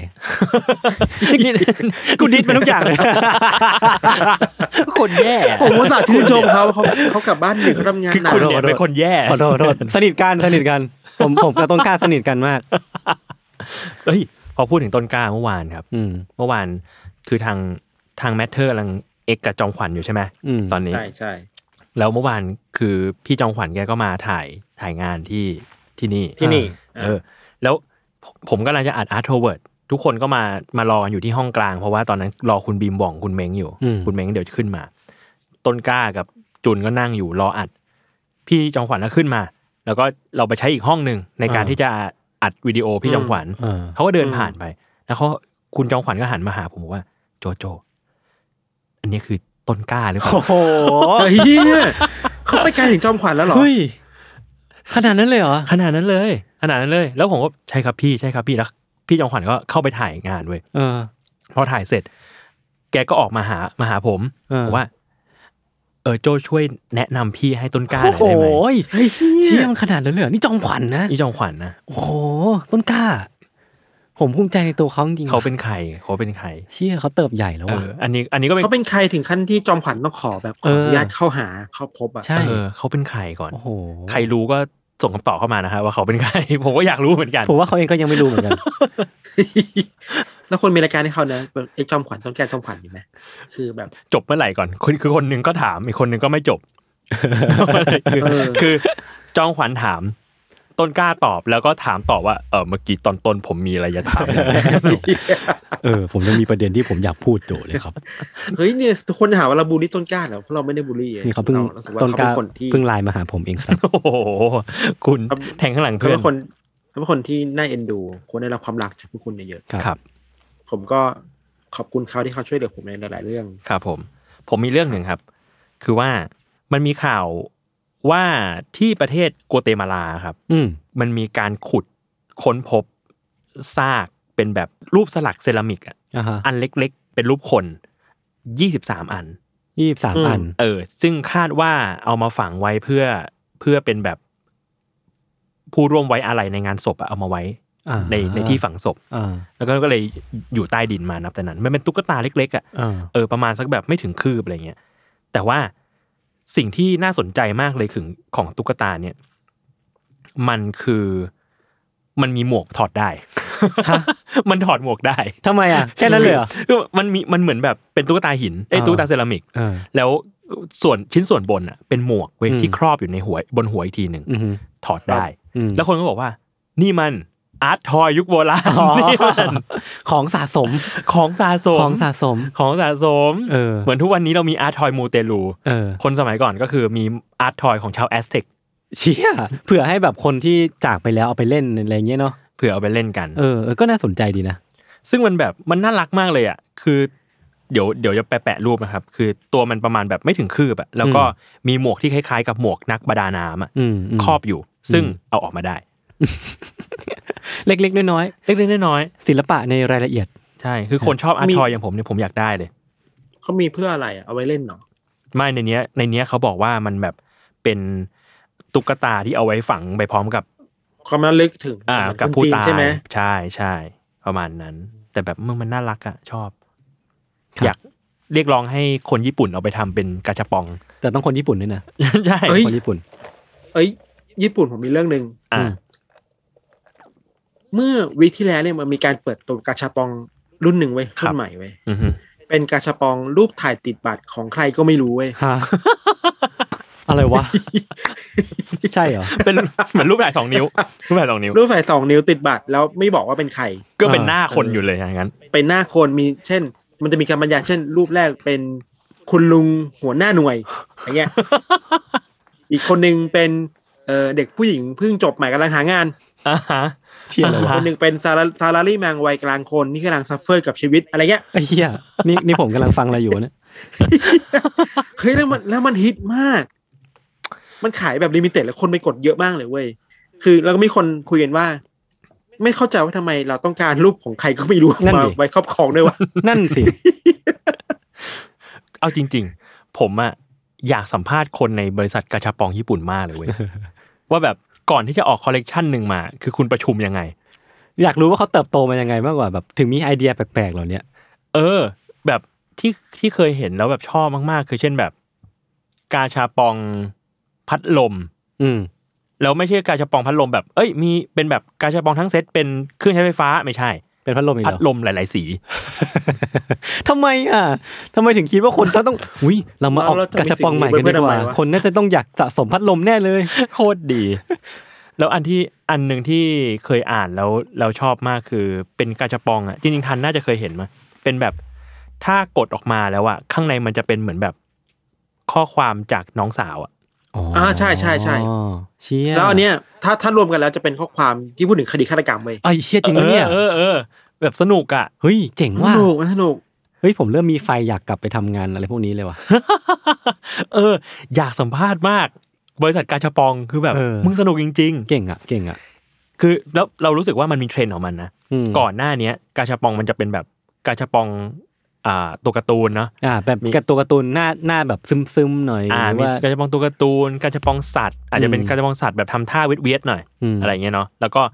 กูดิดเป็นทุกอย่างเลยคนแย่ผมว่าสาชื่นชมเขาเขาเขากลับบ้านดึกเขาทำงานหนักคุณเนี่ยเป็นคนแย่ขอโทษขอโทษสนิทกันสนิทกันผมผมกับต้นกล้าสนิทกันมากเฮ้ยพอพูดถึงต้นกล้าเมื่อวานครับเมื่อวานคือทางทางแมทเทอร์กำลังเอกกับจองขวัญอยู่ใช่ไหมตอนนี้ใช่ใช่แล้วเมื่อวานคือพี่จองขวัญแกก็มาถ่ายถ่ายงานที่ที่นี่ที่นี่เออแล้วผมกำลังจะอัดอาร์ตโทเวิร์ดทุกคนก็มามารอกันอยู่ที่ห้องกลางเพราะว่าตอนนั้นรอคุณบีมบ่องคุณเม้งอยู่คุณเม้งเดี๋ยวขึ้นมาต้นกล้ากับจุนก็นั่งอยู่รออัดพี่จองขวัญก็ขึ้นมาแล้วก็เราไปใช้อีกห้องนึงในการที่จะอัดวิดีโอพี่จองขวัญเขาก็เดินผ่านไปแล้วเขาคุณจองขวัญก็หันมาหาผมบอกว่าโจโจอันนี้คือต้นกล้าหรือเปล่าโอ้โหเฮียเขาไปไกลถึงจองขวัญแล้วเหรอขนาดนั้นเลยเหรอขนาดนั้นเลยขนาดนั้นเลยแล้วผมก็ใช่ครับพี่ใช่ครับพี่แล้วพี่จองขวัญก็เข้าไปถ่ายงานเว้ยเออพอถ่ายเสร็จแกก็ออกมาหามาหาผมบอกว่าเออโจช่วยแนะนำพี่ให้ต้นกล้าหน่อยได้ไหมโอ้ยเชี่ยมันขนาดนั้นเลยนี่จองขวัญนะนี่จองขวัญนะโอ้โหต้นกล้าโหผมภูมิใจในตัวเขาจริงๆเขาเป็นใครเขาเป็นใครเชี่ยเขาเติบใหญ่แล้วเอว่ะออันนี้อันนี้ก็เป็นเขาเป็นใครถึงขั้นที่จอมขวัญต้องขอแบบขออนุญาตเข้าหาเข้าพบอ่ะใช่เออเขาเป็นใครก่อนโอ้โหใครรู้ก็ส่งคำตอบเข้ามานะฮะว่าเขาเป็นใคร ผมก็อยากรู้เหมือนกันผมว่าเขาเองก็ยังไม่รู้เหมือนกันแล้วคนมีรายการให้เขานะไอ้จอมขวัญต้องแก้จอมขวัญอยู่ไหมคือแบบจบเมื่อไหร่ก่อนคือคือคนหนึงก็ถามอีกคนหนึงก็ไม่จบ คือเออคือจอมขวัญถามต้นกล้าตอบแล้วก็ถามตอบว่าเออเมื่อกี้ตอนต้นผมมีอะไรจะถามเออผมจะมีประเด็นที่ผมอยากพูดโจเลยครับเฮ้ยเนี่ยทุกคนหาว่าเราบูลลี่ต้นกล้าเหรอเพราะเราไม่ได้บูลลี่นี่เขาเพิ่งรรู้สึกว่าต้นเขากล้าเป็นคนที่เพิ่งไลน์มาหาผมเองครับโอ้โหคุณแทงข้างหลังเขาเพื่อเป็น นคนเขาเป็นคนที่น่าเอ็นดูควรได้รับความรักจากผู้คนเยอะครับๆผมก็ขอบคุณเขาที่เขาช่วยเหลือผมในหลายๆเรื่องครับผมผมมีเรื่องหนึ่งครับคือว่ามันมีข่าวว่าที่ประเทศกัวเตมาลาครับอืมมันมีการขุดค้นพบซากเป็นแบบรูปสลักเซรามิกอ่ะอ่าฮะอันเล็กๆเป็นรูปคนยี่สิบสามอันยี่สิบสามอืมอันเออซึ่งคาดว่าเอามาฝังไว้เพื่อเพื่อเป็นแบบผู้ร่วมไว้อาลัยในงานศพอะเอามาไว้อ่าในในที่ฝังศพอ่าแล้วก็ก็เลยอยู่ใต้ดินมานับแต่นั้นมันเป็นตุ๊กตาเล็กๆอ่ะอ่าเออประมาณสักแบบไม่ถึงคืบอะไรเงี้ยแต่ว่าสิ่งที่น่าสนใจมากเลยถึงของตุ๊กตาเนี่ยมันคือมันมีหมวกถอดได้ มันถอดหมวกได้ทำไมอ่ะแค่นั้นเลยเหรอคือมันมีมันเหมือนแบบเป็นตุ๊กตาหินไอ้ยอ่าตุ๊กตาเซรามิกเออแล้วส่วนชิ้นส่วนบนอ่ะเป็นหมวกเว้ยอืมที่ครอบอยู่ในหัวบนหัวอีกทีหนึ่งอือฮึถอดได้อืมแล้วคนก็บอกว่านี่มันอาร์ตทอยยุคโบราณอ๋อนี่มันของสะสมของสะสมของสะสมของสะสมเออเหมือนทุกวันนี้เรามีอาร์ตทอยมูเตลูเออคนสมัยก่อนก็คือมีอาร์ตทอยของชาวแอสเท็กเชี่ยเผื่อให้แบบคนที่จากไปแล้วเอาไปเล่นอะไรเงี้ยเนาะเผื่อเอาไปเล่นกันเออเออก็น่าสนใจดีนะซึ่งมันแบบมันน่ารักมากเลยอ่ะคือเดี๋ยวเดี๋ยวจะแปะแปะรูปนะครับคือตัวมันประมาณแบบไม่ถึงคืบอ่ะแล้วก็มีหมวกที่คล้ายๆกับหมวกนักประดาน้ำอ่ะอืมมครอบอยู่ซึ่งเอาออกมาได้เล็กๆน้อยเล็กๆน้อยๆศิลปะในรายละเอียดๆใช่คือคนชอบอาร์มีตทอยอย่างผมเนี่ยผมอยากได้เลยเขามีเพื่ออะไรอะเอาไว้เล่นเนาะไม่ในเนี้ยในเนี้ยเขาบอกว่ามันแบบเป็นตุ๊กตาที่เอาไว้ฝังไปพร้อมกับความระลึกถึงอ่าเหมือนกับคนผู้จีนตายใช่ไหมใช่ใช่ประมาณนั้น แต่แบบมันมันน่ารักอ่ะชอบครับอยากเรียกร้องให้คนญี่ปุ่นเอาไปทำเป็นกาชาปองแต่ต้องคนญี่ปุ่นด้วยนะใช่เอ้ยคนญี่ปุ่นเอ้ยญี่ปุ่นผมมีเรื่องหนึ่งอ่าเมื่อวีคที่แล้วเนี่ยมันมีการเปิดตัวกาชาปองรุ่นหนึ่งไว้ยครัรุ่บนใหม่ไว้ยอือฮึเป็นกาชาปองรูปถ่ายติดบัตรของใครก็ไม่รู้เว้ยฮะ อะไรวะ ใช่เหรอเป็นเหมือนรูปถ่ายสองนิ้วรูปถ่ายสองนิ้วรูปถ่ายสองนิ้วติดบัตรแล้วไม่บอกว่าเป็นใครก็เป็นหน้าคนอยู่เลยอย่างนั้นเป็นหน้าคนมีเช่น มันจะมีการบรรยายเช่น รูปแรกเป็นคุณลุงหัวหน้าหน่วยอย่างเงี้ย อีกคนนึงเป็นเอ่อเด็กผู้หญิงเพิ่งจบใหม่กำลังหางานอ่าฮะเชี่ยเลยวะคนหนึ่งเป็นซาลาซาลารี่แมงวัยกลางคนที่กำลังซัฟเฟอร์กับชีวิตอะไรเงี้ยไอ้เหี้ยนี่นี่ผมกำลังฟังอะไรอยู่เนี่ยเฮ้ยแล้วมันแล้วมันฮิตมาก มันขายแบบลิมิเต็ดแล้วคนไปกดเยอะมากเลยเว้ยคือแล้วก็มีคนคุยกันว่า ไม่เข้าใจว่าทำไมเราต้องการรูปของใครก็ไม่รู้นั่นมาดิไว้ครอบครองด้วยวะนั่นสิเอาจริง ๆ ผมอะอยากสัมภาษณ์คนในบริษัทกาชาปองญี่ปุ่นมากเลยเว้ย ว่าแบบก่อนที่จะออกคอลเลกชันหนึ่งมา คือคุณประชุมยังไงอยากรู้ว่าเขาเติบโตมายังไงมากกว่าแบบถึงมีไอเดียแปลกๆเหล่านี้เออ แบบที่ที่เคยเห็นแล้วแบบชอบมากๆ คือเช่นแบบ กาชาปองพัดลมอืมแล้วไม่ใช่กาชาปองพัดลมแบบเอ้ยมีเป็นแบบกาชาปองทั้งเซตเป็นเครื่องใช้ไฟฟ้าไม่ใช่เป็นพัดลมอีกพัเหดรอลมหลาย ๆ สีทำไมอ่ะทำไมถึงคิดว่าคนจะต้องอุ้ยเรามาออกกระชับปองใหม่กันดีกว่าคนน่าจะต้องอยากสะสมพัดลมแน่เลยโคตรดี แล้วอันที่อันหนึ่งที่เคยอ่านแล้วเราชอบมากคือเป็นกาชาปองอ่ะจริงๆทันน่าจะเคยเห็นมาเป็นแบบถ้ากดออกมาแล้วอ่ะข้างในมันจะเป็นเหมือนแบบข้อความจากน้องสาวอ่ะอ่าใช่ใช่ใช่เชี่ยแล้วอันเนี้ยถ้าถ้ารวมกันแล้วจะเป็นข้อความที่พูดถึงคดีฆาตกรรมเว้ยไอ้เชี่ยจริงปะเนี่ยเออเออแบบสนุกอ่ะเฮ้ยเจ๋งสว่ะนุกมันสนุกเฮ้ยผมเริ่มมีไฟอยากกลับไปทำงานอะไรพวกนี้เลยว่ะเออ อยากสัมภาษณ์มากบริษัทกาชาปองคือแบบเออมึงสนุกจริงเก่งอ่ะเก่งอ่ะๆ คือแล้วเรารู้สึกว่ามันมีเทรนด์ของมันนะอืมก่อนหน้าเนี้ยกาชาปองมันจะเป็นแบบกาชาปองอ่าตัวการ์ตูนเนาะอ่าแบบมีการ์ตัวการ์ตูนหน้าหน้าแบบซึมๆหน่อยอ่าหรือมีว่ากาชาปองตัวการ์ตูนกาชาปองสัตว์อาจจะเป็นอืมกาชาปองสัตว์แบบทำท่าเวียดๆหน่อยอืมอะไรเงี้ยเนาะแล้วก็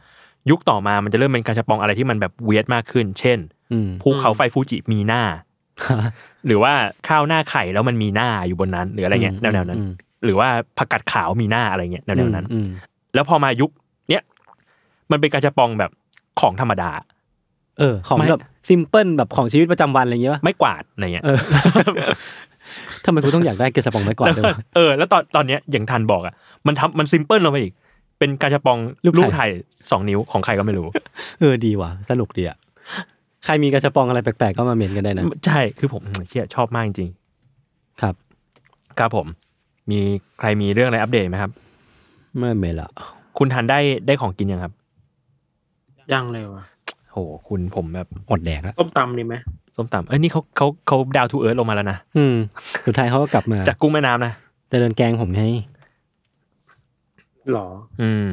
ยุคต่อมามันจะเริ่มเป็นกาชาปองอะไรที่มันแบบเวียดมากขึ้นเช่นภูเขาไฟฟูจิมีหน้า หรือว่าข้าวหน้าไข่แล้วมันมีหน้าอยู่บนนั้นหรืออะไรเงี้ยแนวๆนั้นหรือว่าผักกาดขาวมีหน้าอะไรเงี้ยแนวๆนั้นแล้วพอมายุคเนี้ยมันเป็นกาชาปองแบบของธรรมดาเออของแบบซิมเพิลแบบของชีวิตประจำวันอะไรเงี้ยป่ะไม่กวาดอะไรเงี้ยทำไมกูต้องอยากได้กาชาปองไม้กวาดด้วยวะเออแล้วตอนตอนเนี้ยอย่างทันบอกอ่ะมันทำมันซิมเพิลลงไปอีกเป็นกาชาปองรูปถ่ายสองนิ้วของใครก็ไม่รู้เออดีว่ะสนุกดีอ่ะใครมีกาชาปองอะไรแปลกๆก็มาเมนกันได้นะใช่คือผมเชี่ยชอบมากจริงๆครับครับผมมีใครมีเรื่องอะไรอัปเดตไหมครับไม่เมนละคุณทันได้ได้ของกินยังครับยังเลยว่ะโหคุณผมแบบอดแดกแล้วส้มตำดีไหมส้มตำเอ้ยนี่เขาเขาเขาดาวทูเอิร์ธลงมาแล้วนะอืมสุดท้ายเขาก็กลับมาจากกุ้งแม่น้ำนะจะเดินแกงผมให้หรออืม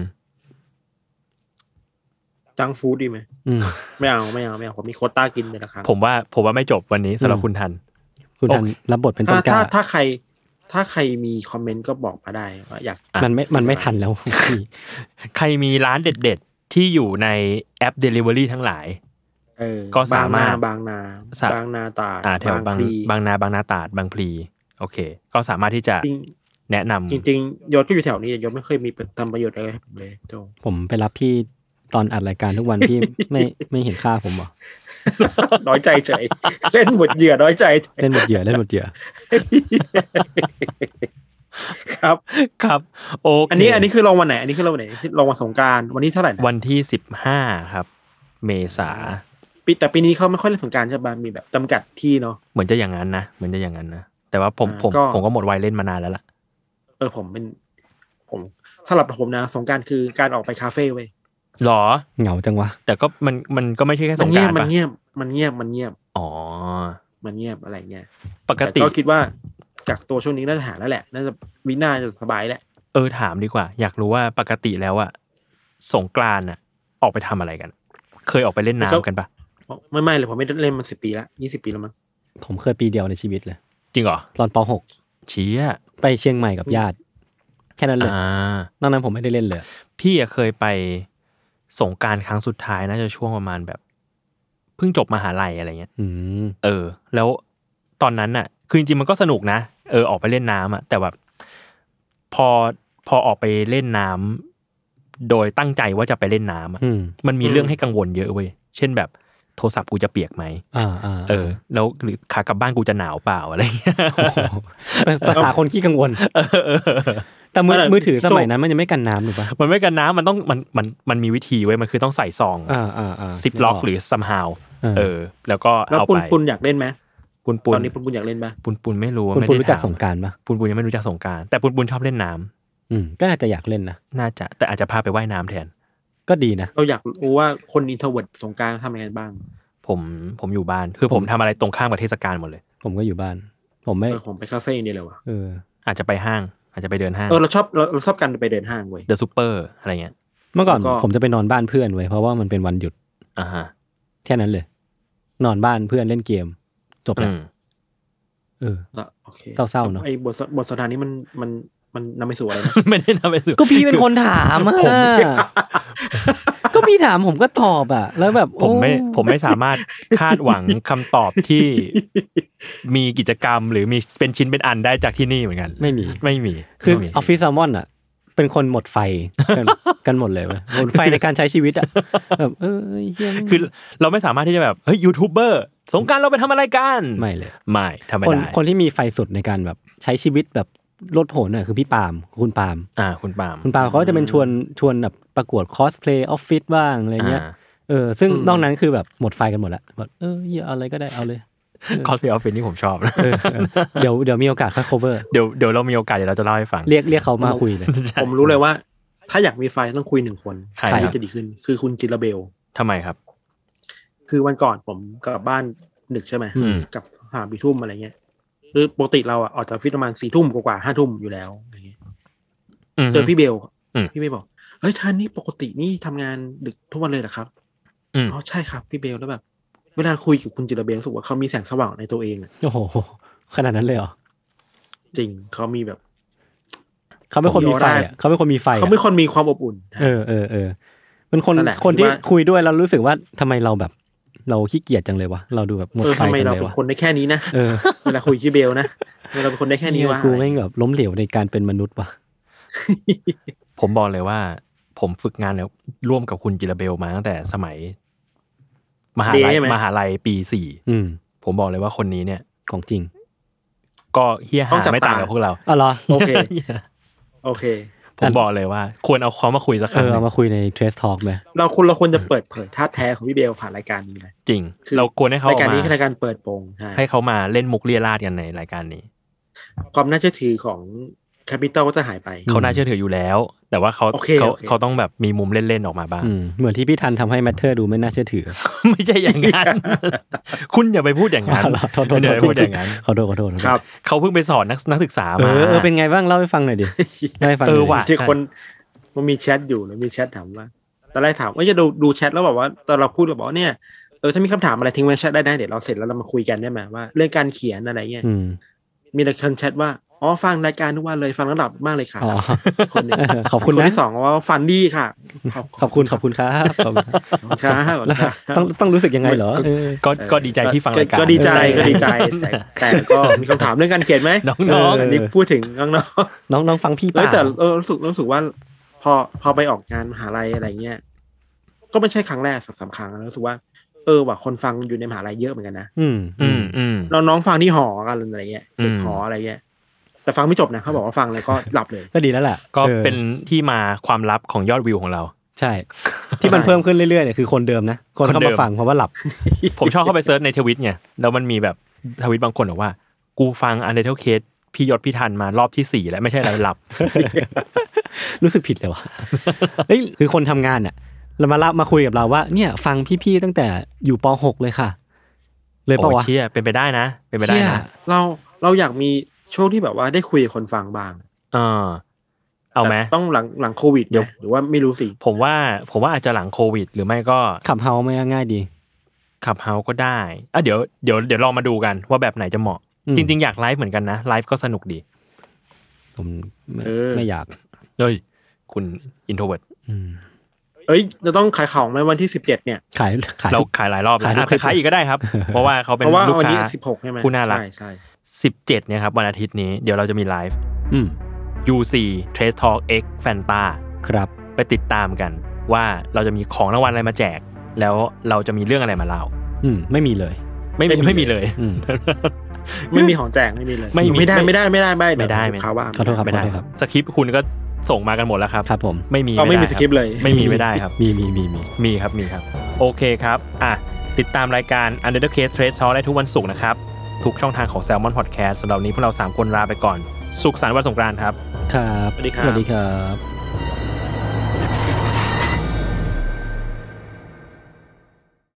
จังฟู้ดดีไหมอืมไม่เอาไม่เอาไม่เอาผมมีโควต้ากินเลยนะครับผมว่าผมว่าไม่จบวันนี้สำหรับคุณทันคุณทันรับบทเป็นต้นกล้าถ้าถ้าใครถ้าใครมีคอมเมนต์ก็บอกมาได้ว่าอยากมันไม่มันไม่ทันแล้วพี่ใครมีร้านเด็ดๆที่อยู่ในแอป Delivery ทั้งหลายเออก็สามารถบางนาบางนาตาดอ่าแถวบางบางนาบางนาตาดบางพลีโอเคก็สามารถที่จะแนะนำจริงๆยศก็อยู่แถวนี้ยศไม่เคยมีทำประโยชน์อะไรเลยโจผมไปรับพี่ตอนอัดรายการทุกวันพี่ไม่ไม่เห็นค่าผมหรอน้อยใจเฉยเล่นหมดเหยื่อน้อยใจเล่นหมดเหยื่อเล่นหมดเหยื่อครับครับโอเคอันนี้อันนี้คือลงวันไหนอันนี้คือลงวันไหนลงวันสงกรานต์วันนี้เท่าไหร่วันที่สิบห้าครับเมษาปีแต่ปีนี้เขาไม่ค่อยเล่นสงกรานต์ใช่ป่ะมีแบบจำกัดที่เนาะเหมือนจะอย่างนั้นนะเหมือนจะอย่างนั้นนะแต่ว่าผมผมผมก็หมดวัยเล่นมานานแล้วล่ะเออผมเป็นผมสำหรับผมนะสงกรานต์คือการออกไปคาเฟ่เว้ยหรอเหงาจังวะแต่ก็มันมันก็ไม่ใช่แค่สงกรานต์ป่ะมันเงียบมันเงียบมันเงียบอ๋อมันเงียบอะไรเงี้ยปกติก็คิดว่าจากตัวช่วงนี้น่าจะหาแล้วแหละน่าจะวิน่าจะสบายแหละเออถามดีกว่าอยากรู้ว่าปกติแล้วอะสงกรานต์อะออกไปทำอะไรกันเคยออกไปเล่นน้ำกันปะไม่ไม่เลยผมไม่ได้เล่นมันสิบปีละยี่สิบปีแล้วมั้งผมเคยปีเดียวในชีวิตเลยจริงเหรอตอนป.หกเชี่ยไปเชียงใหม่กับญาติแค่นั้นเลยนอกนั้นผมไม่ได้เล่นเลยพี่อะเคยไปสงกรานต์ครั้งสุดท้ายน่าจะช่วงประมาณแบบเพิ่งจบมหาลัยอะไรเงี้ยเออแล้วตอนนั้นน่ะคือจริงๆมันก็สนุกนะเออออกไปเล่นน้ำอะแต่แบบพอพอออกไปเล่นน้ำโดยตั้งใจว่าจะไปเล่นน้ำอะมันมีเรื่องให้กังวลเยอะเว้ยเช่นแบบโทรศัพท์กูจะเปียกไหมเออแล้วหรือขากลับบ้านกูจะหนาวเปล่าอะไรเงี้ยภาษาคนขี้กังวลแต่มือมือถือสมัยนั้นมันยังไม่กันน้ำหรือเปล่ามันไม่กันน้ำมันต้องมันมันมันมีวิธีไว้มันคือต้องใส่ซองซิปล็อกหรือซัมฮาวเออแล้วก็เอาไปปุนปุนอยากเล่นไหมปุนปุนตอนนี้ปุนปุนอยากเล่นป่ะปุนปุนไม่รู้ปุนปุนรู้จักสงกรานต์ป่ะปุนปุนยังไม่รู้จักสงกรานต์แต่ปุนปุนชอบเล่นน้ำอืมก็น่าจะอยากเล่นนะน่าจะแต่อาจจะพาไปว่ายน้ำแทนก็ดีนะเราอยากรู้ว่าคนอินโทรเวิร์ตสงกรานต์ทำยังไงบ้างผมผมอยู่บ้านคือผมทำอะไรตรงข้ามกับเทศกาลหมดเลยผมก็อยู่บ้านผมไม่ผมไปคาเฟ่นี่เลยว่ะเอออาจจะไปห้างอาจจะไปเดินห้างเออเราชอบเราชอบกันไปเดินห้างเว้ยเดอะซูเปอร์อะไรเงี้ยเมื่อก่อนผมจะไปนอนบ้านเพื่อนเว้ยเพราะว่ามันเป็นวันหยุดอ่าฮะแค่นั้นเลยนอนบ้านเพื่อนเล่นเกมจบแล้วเออโอเคเศร้าๆเนาะไอ้บทบทสถานนี้มันมันมันนำไปสู่อะไรนะไม่ได้นำไปสู่ก็พี่เป็นคนถามอ่ะก็พี่ถามผมก็ตอบอ่ะแล้วแบบผมไม่ผมไม่สามารถคาดหวังคำตอบที่มีกิจกรรมหรือมีเป็นชิ้นเป็นอันได้จากที่นี่เหมือนกันไม่มีไม่มีคือออฟฟิศแซลมอนอ่ะเป็นคนหมดไฟกันกันหมดเลยเว้ยหมดไฟในการใช้ชีวิตอ่ะแบบเออคือเราไม่สามารถที่จะแบบเฮ้ยยูทูบเบอร์สงกรานต์เราไปทำอะไรกันไม่เลยไม่ทำไม่ได้คนคนที่มีไฟสุดในการแบบใช้ชีวิตแบบลดผลน่ะคือพี่ปาล์มคุณปาล์มอ่าคุณปาล์มคุณปาล์มเขาจะเป็นชวนชวนแบบประกวดคอสเพลย์ออฟฟิศบ้างอะไรเงี้ยเออซึ่งนอกนั้นคือแบบหมดไฟกันหมดแล้วแบบเอออย่าอะไรก็ได้เอาเลยคอสเพลย์ออฟฟิศนี่ผมชอบนะเดี๋ยวเดี๋ยวมีโอกาสค่อย cover เดี๋ยวเดี๋ยวเรามีโอกาสเดี๋ยวเราจะเล่าให้ฟังเรียกเรียกเขามาคุยเลยผมรู้เลยว่าถ้าอยากมีไฟต้องคุยหนึ่งคนใครจะดีขึ้นคือคุณจิราเบลทำไมครับคือวันก่อนผมกลับบ้านดึกใช่ไหมกับหาบีทุ่มอะไรเงี้ยคือปกติเราอ่ะออกจากฟิตประมาณสี่ทุ่มกว่าห้าทุ่มอยู่แล้วอย่างเงี้ยเจอพี่เบลพี่เบลบอกเฮ้ยท่านนี่ปกตินี่ทำงานดึกทุกวันเลยเหรอครับอ๋อใช่ครับพี่เบลแล้วแบบเวลาคุยกับคุณจิราเบลรู้สึกว่าเขามีแสงสว่างในตัวเองอ่ะโอ้โหขนาดนั้นเลยเหรอจริงเขามีแบบเขาเป็นคนมีไฟอ่ะเขาเป็นคนมีไฟเขาเป็นคนมีความอบอุ่นเออเออเออเป็นคนคนที่คุยด้วยแล้วรู้สึกว่าทำไมเราแบบเราขี้เกียจจังเลยวะเราดูแบบหมดไฟจังเลยวะทำไมเราเป็นคนได้แค่นี้นะเวลาคุยชิเบลนะเราเป็นคนได้แค่นี้วะกูแม่งแบบล้มเหลวในการเป็นมนุษย์วะผมบอกเลยว่าผมฝึกงานแล้วร่วมกับคุณจิราเบลมาตั้งแต่สมัยมหาลัยมหาลัยปีสี่ผมบอกเลยว่าคนนี้เนี่ยของจริงก็เฮี้ยหาไม่ต่างกับพวกเราอ๋อเหรอโอเคโอเคผมบอกเลยว่าควรเอาเขามาคุยสักครั้งเออเอามาคุยใน Trace Talk มั้ยเราควรเราควรจะเปิดเผยท่าแท้ของพี่เบลผ่านรายการนี้นะจริงเราควรให้เขารายการนี้คือรายการเปิดโปงใช่ให้เขามาเล่นมุกเลียราดกันในรายการนี้ความน่าเชื่อถือของCapital ก็จะหายไปเขาน่าเชื่อถืออยู่แล้วแต่ว่าเขาเขาเขาต้องแบบมีมุมเล่นๆออกมาบ้างเหมือนที่พี่ทันทำให้ Matter ดูไม่น่าเชื่อถือไม่ใช่อย่างนั้นคุณอย่าไปพูดอย่างนั้นอย่าไปพูดอย่างนั้นขอโทษขอโทษครับเขาเพิ่งไปสอนนักนักศึกษามาเออเป็นไงบ้างเล่าให้ฟังหน่อยดิเล่าให้ฟังเออว่ะที่คนมันมีแชทอยู่แล้วมีแชทถามว่าตอนแรกถามว่าจะดูดูแชทแล้วบอกว่าตอนเราพูดเราบอกเนี่ยเออถ้ามีคำถามอะไรทิ้งไว้แชทได้นะเดี๋ยวเราเสร็จแล้วเรามาคุยกันได้ไหมว่าเรื่องการเขียนอะไรเงี้ยมีแต่คนแชทว่าอ๋อฟังรายการทุกวันเลยฟังระดับมากเลยค่ะคนนี้ขอบคุณนะคนที่สองว่าฟันดี้ค่ะขอบคุณขอบคุณครับขอบคุณครับต้องต้องรู้สึกยังไงเหรอก็ก็ดีใจที่ฟังรายการก็ดีใจก็ดีใจแต่ก็มีคำถามเรื่องการเขียนไหมน้องๆอันนี้พูดถึงน้องๆน้องๆฟังพี่ป่ะแต่เออรู้สึกรู้สึกว่าพอพอไปออกงานมหาลัยอะไรเงี้ยก็ไม่ใช่ครั้งแรกสามครั้งแล้วรู้สึกว่าเออว่ะคนฟังอยู่ในมหาลัยเยอะเหมือนกันนะอืมอืมอืมน้องๆฟังที่หอกันอะไรเงี้ยเด็กหออะไรเงี้ยแต่ฟังไม่จบนะเขาบอกว่าฟังเลยก็หลับเลยก็ดีแล้วแหละก็เป็นที่มาความลับของยอดวิวของเราใช่ที่มันเพิ่มขึ้นเรื่อยๆเนี่ยคือคนเดิมนะคนเข้ามาฟังเพราะว่าหลับผมชอบเข้าไปเซิร์ชในทวิตไงแล้วมันมีแบบทวิตบางคนบอกว่ากูฟัง Undertale Case พี่ยศพี่ทันมารอบที่สี่แล้วไม่ใช่อะไรหลับรู้สึกผิดเลยว่ะเฮ้ยคือคนทำงานน่ะเรามาเล่ามาคุยกับเราว่าเนี่ยฟังพี่ๆตั้งแต่อยู่ป.หกเลยค่ะเลยป่ะวะเชี่ยเป็นไปได้นะเป็นไปได้นะเราเราอยากมีช่วงที่แบบว่าได้คุยกับคนฟังบ้างเออเอาไหมต้องหลังหลังโควิดหรือว่าไม่รู้สิผมว่าผมว่าอาจจะหลังโควิดหรือไม่ก็ขับเฮาไม่ง่ายดีขับเฮาก็ได้อ่ะเดี๋ยวเดี๋ยวเดี๋ยวลองมาดูกันว่าแบบไหนจะเหมาะจริงๆอยากไลฟ์เหมือนกันนะไลฟ์ก็สนุกดีผมไม่อยากเฮ้ยคุณอินโทรเวิร์ตเอ้ยเราต้องขายของในวันที่สิบเจ็ดเนี่ยขายขายเราขายหลายรอบแล้วอ่ะขายอีกก็ได้ครับเพราะว่าเขาเป็นลูกค้าสิบหกใช่มั้ยผู้น่ารักใช่ๆสิบเจ็ดเนี่ยครับวันอาทิตย์นี้เดี๋ยวเราจะมีไลฟ์อืมยู ซี Trace Talk X Fanta ครับไปติดตามกันว่าเราจะมีของรางวัลอะไรมาแจกแล้วเราจะมีเรื่องอะไรมาเล่าอืมไม่มีเลยไม่ไม่ไม่มีเลยอืมไม่มีของแจกไม่มีเลยไม่ได้ไม่ได้ไม่ได้ไม่ไม่ได้เขาว่าขอโทษครับไม่ได้ครับสคริปต์คุณก็ส่งมากันหมดแล้วครับครับผมไม่มีไม่มีสคริปต์เลยไม่มีไม่ได้ครับมีมีมีมีมีครับมีครับโอเคครับอ่ะติดตามรายการ Undertale Case Trace Talk ได้ทุกวันศุกร์นะครับทุกช่องทางของ Salmon Podcast สำหรับวันนี้พวกเราสามคนลาไปก่อนสุขสันต์วันสงกรานต์ครับครับสวัสดีครับสวัสดีครับ